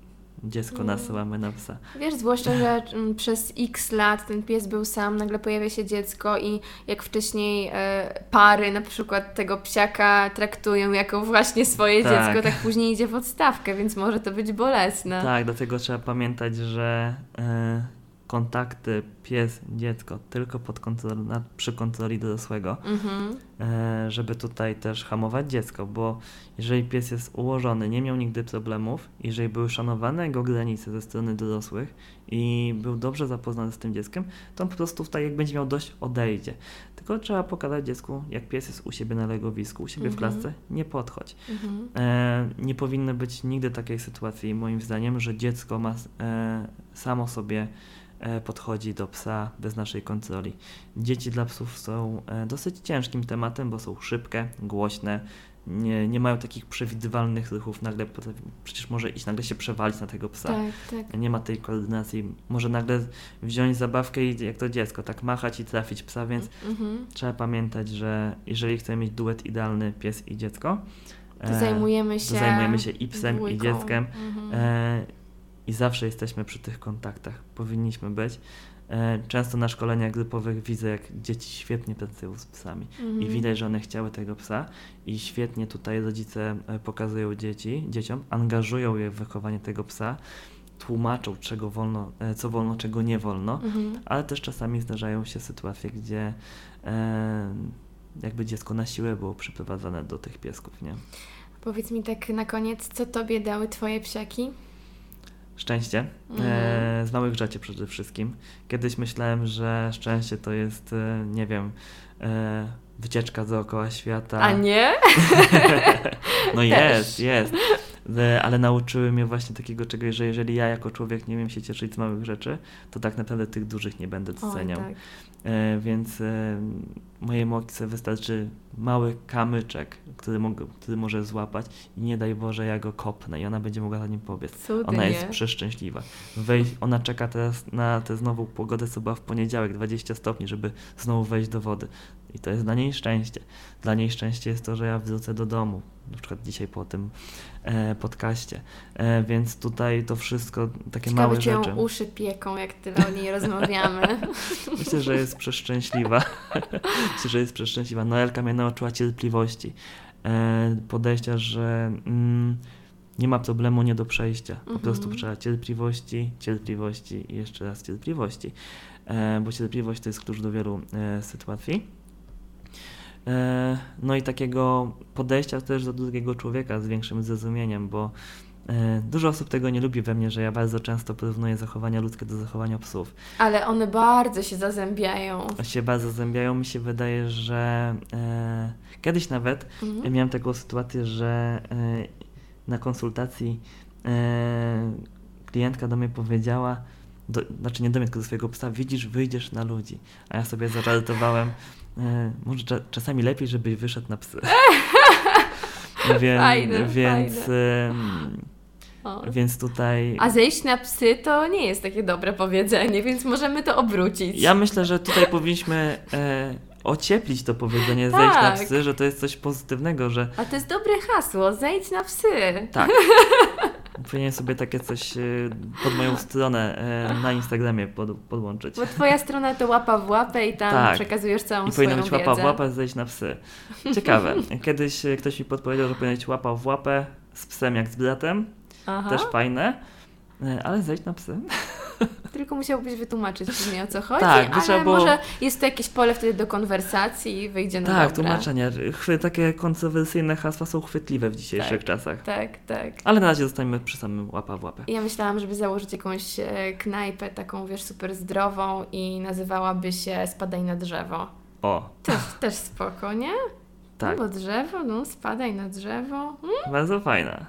dziecko nasyłamy na psa. Wiesz, zwłaszcza, że mm, przez x lat ten pies był sam, nagle pojawia się dziecko i jak wcześniej e, pary na przykład tego psiaka traktują jako właśnie swoje Tak. dziecko, tak później idzie w odstawkę, więc może to być bolesne. Tak, dlatego trzeba pamiętać, że e, kontakty pies-dziecko tylko pod kontrol, na, przy kontroli dorosłego, Mhm. e, żeby tutaj też hamować dziecko, bo jeżeli pies jest ułożony, nie miał nigdy problemów, jeżeli były szanowane jego granice ze strony dorosłych i był dobrze zapoznany z tym dzieckiem, to on po prostu tutaj jak będzie miał dość, odejdzie. Tylko trzeba pokazać dziecku, jak pies jest u siebie na legowisku, u siebie w Mhm. klatce, nie podchodź. Mhm. E, nie powinno być nigdy takiej sytuacji, moim zdaniem, że dziecko ma e, samo sobie e, podchodzi do psa bez naszej kontroli. Dzieci dla psów są e, dosyć ciężkim tematem, bo są szybkie, głośne, nie, nie mają takich przewidywalnych ruchów, nagle potrafi, przecież może iść, nagle się przewalić na tego psa. Tak, tak. Nie ma tej koordynacji, może nagle wziąć zabawkę i jak to dziecko, tak machać i trafić psa, więc Mhm. trzeba pamiętać, że jeżeli chcemy mieć duet idealny pies i dziecko, To e, zajmujemy się to zajmujemy się i psem, dwójką. i dzieckiem Mhm. e, i zawsze jesteśmy przy tych kontaktach. Powinniśmy być. E, często na szkoleniach grupowych widzę, jak dzieci świetnie pracują z psami Mhm. i widać, że one chciały tego psa i świetnie tutaj rodzice e, pokazują dzieci, dzieciom, angażują je w wychowanie tego psa, tłumaczą, czego wolno, e, co wolno, czego nie wolno, Mhm. ale też czasami zdarzają się sytuacje, gdzie e, jakby dziecko na siłę było przyprowadzane do tych piesków, nie? Powiedz mi tak na koniec, co tobie dały twoje psiaki? Szczęście. Mhm. E, z małych rzeczy przede wszystkim. Kiedyś myślałem, że szczęście to jest, e, nie wiem, e, wycieczka dookoła świata. A nie? No jest, jest. E, ale nauczyły mnie właśnie takiego czegoś, że jeżeli ja jako człowiek nie wiem się cieszyć z małych rzeczy, to tak naprawdę tych dużych nie będę Oj, doceniał. tak. E, więc e, mojej mokce wystarczy mały kamyczek, który, mogę, który może złapać i nie daj Boże, ja go kopnę i ona będzie mogła za nim pobiec. Cudnie. Ona jest przeszczęśliwa. Wejść, ona czeka teraz na tę znowu pogodę, co była w poniedziałek, dwadzieścia stopni, żeby znowu wejść do wody. I to jest dla niej szczęście. Dla niej szczęście jest to, że ja wrócę do domu. Na przykład dzisiaj po tym e, podcaście. E, więc tutaj to wszystko, takie Ciekawe, małe czy ją rzeczy. uszy pieką, jak tyle o niej rozmawiamy. Myślę, że jest przeszczęśliwa. Myślę, że jest przeszczęśliwa. Noelka mnie nauczyła cierpliwości. E, podejścia, że mm, nie ma problemu nie do przejścia. Po Mhm. prostu trzeba cierpliwości, cierpliwości i jeszcze raz cierpliwości. E, bo cierpliwość to jest klucz do wielu e, sytuacji. E, no i takiego podejścia też do drugiego człowieka z większym zrozumieniem, bo e, dużo osób tego nie lubi we mnie, że ja bardzo często porównuję zachowania ludzkie do zachowania psów. Ale one bardzo się zazębiają. Się bardzo zębiają. Mi się wydaje, że e, kiedyś nawet Mhm. miałem taką sytuację, że e, na konsultacji e, klientka do mnie powiedziała, do, znaczy nie do mnie, tylko do swojego psa, widzisz, wyjdziesz na ludzi. A ja sobie zażartowałem, e, może cza, czasami lepiej, żebyś wyszedł na psy. Wie, Fajne, więc, fajne. e, O. więc tutaj... A zejść na psy to nie jest takie dobre powiedzenie, więc możemy to obrócić. Ja myślę, że tutaj powinniśmy e, ocieplić to powiedzenie, zejść na Tak. psy, że to jest coś pozytywnego, że A to jest dobre hasło, zejdź na psy. tak. Powinien sobie takie coś e, pod moją stronę e, na Instagramie pod, podłączyć. Bo twoja strona to łapa w łapę i tam Tak. przekazujesz całą I swoją powinno być wiedzę. łapa w łapę, zejść na psy. Ciekawe. Kiedyś e, ktoś mi podpowiedział, że powinien być łapa w łapę z psem jak z bratem. Aha. Też fajne. E, ale zejść na psy. Tylko musiałbyś wytłumaczyć brzmi o co chodzi, Tak, by ale trzeba było- może jest to jakieś pole wtedy do konwersacji i wyjdzie na Tak, dobre. tłumaczenia. Chwy, takie kontrowersyjne hasła są chwytliwe w dzisiejszych Tak. czasach. Tak, tak. Ale na razie zostańmy przy samym łapa w łapę. Ja myślałam, żeby założyć jakąś e, knajpę taką, wiesz, super zdrową i nazywałaby się Spadaj na drzewo. O, Też, też spoko, nie? tak. No bo drzewo, no spadaj na drzewo. Mm. Bardzo fajna.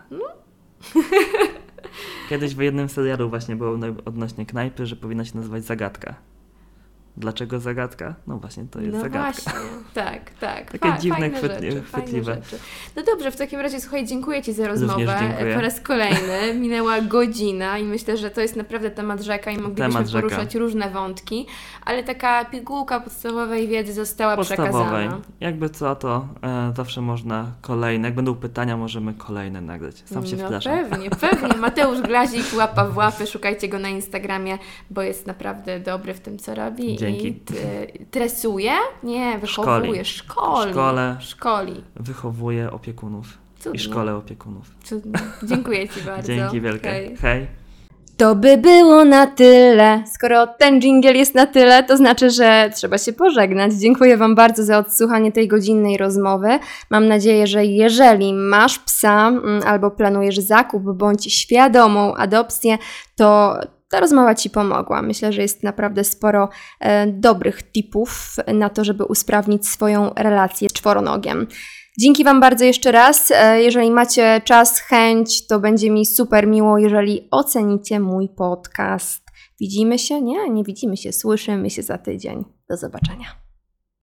Kiedyś w jednym serialu właśnie było no- odnośnie knajpy, że powinna się nazywać Zagadka. Dlaczego zagadka? No właśnie, to jest no zagadka. Właśnie, tak, tak. Takie Fa- dziwne, fajne chwytli- rzeczy, chwytliwe. fajne rzeczy. No dobrze, w takim razie słuchaj, dziękuję Ci za rozmowę. dziękuję. Po raz kolejny minęła godzina i myślę, że to jest naprawdę temat rzeka i moglibyśmy Temat rzeka. poruszać różne wątki, ale taka pigułka podstawowej wiedzy została Podstawowej. przekazana. Jakby co, to e, zawsze można kolejne. Jak będą pytania, możemy kolejne nagrać. Sam się No wpraszam. pewnie, pewnie. Mateusz Glazik, łapa w łapy, szukajcie go na Instagramie, bo jest naprawdę dobry w tym, co robi. Dzięki. I t- tresuje? Nie, wychowuje, szkoli. Szkole. Szkoli. Wychowuję opiekunów Cudnie. i szkole opiekunów. Cudnie. Dziękuję Ci bardzo. Dzięki wielkie. Hej. Hej. To by było na tyle. Skoro ten dżingiel jest na tyle, to znaczy, że trzeba się pożegnać. Dziękuję Wam bardzo za odsłuchanie tej godzinnej rozmowy. Mam nadzieję, że jeżeli masz psa mm, albo planujesz zakup bądź świadomą adopcję, to ta rozmowa Ci pomogła. Myślę, że jest naprawdę sporo e, dobrych tipów na to, żeby usprawnić swoją relację z czworonogiem. Dzięki Wam bardzo jeszcze raz. E, Jeżeli macie czas, chęć, to będzie mi super miło, jeżeli ocenicie mój podcast. Widzimy się? Nie, nie widzimy się. Słyszymy się za tydzień. Do zobaczenia.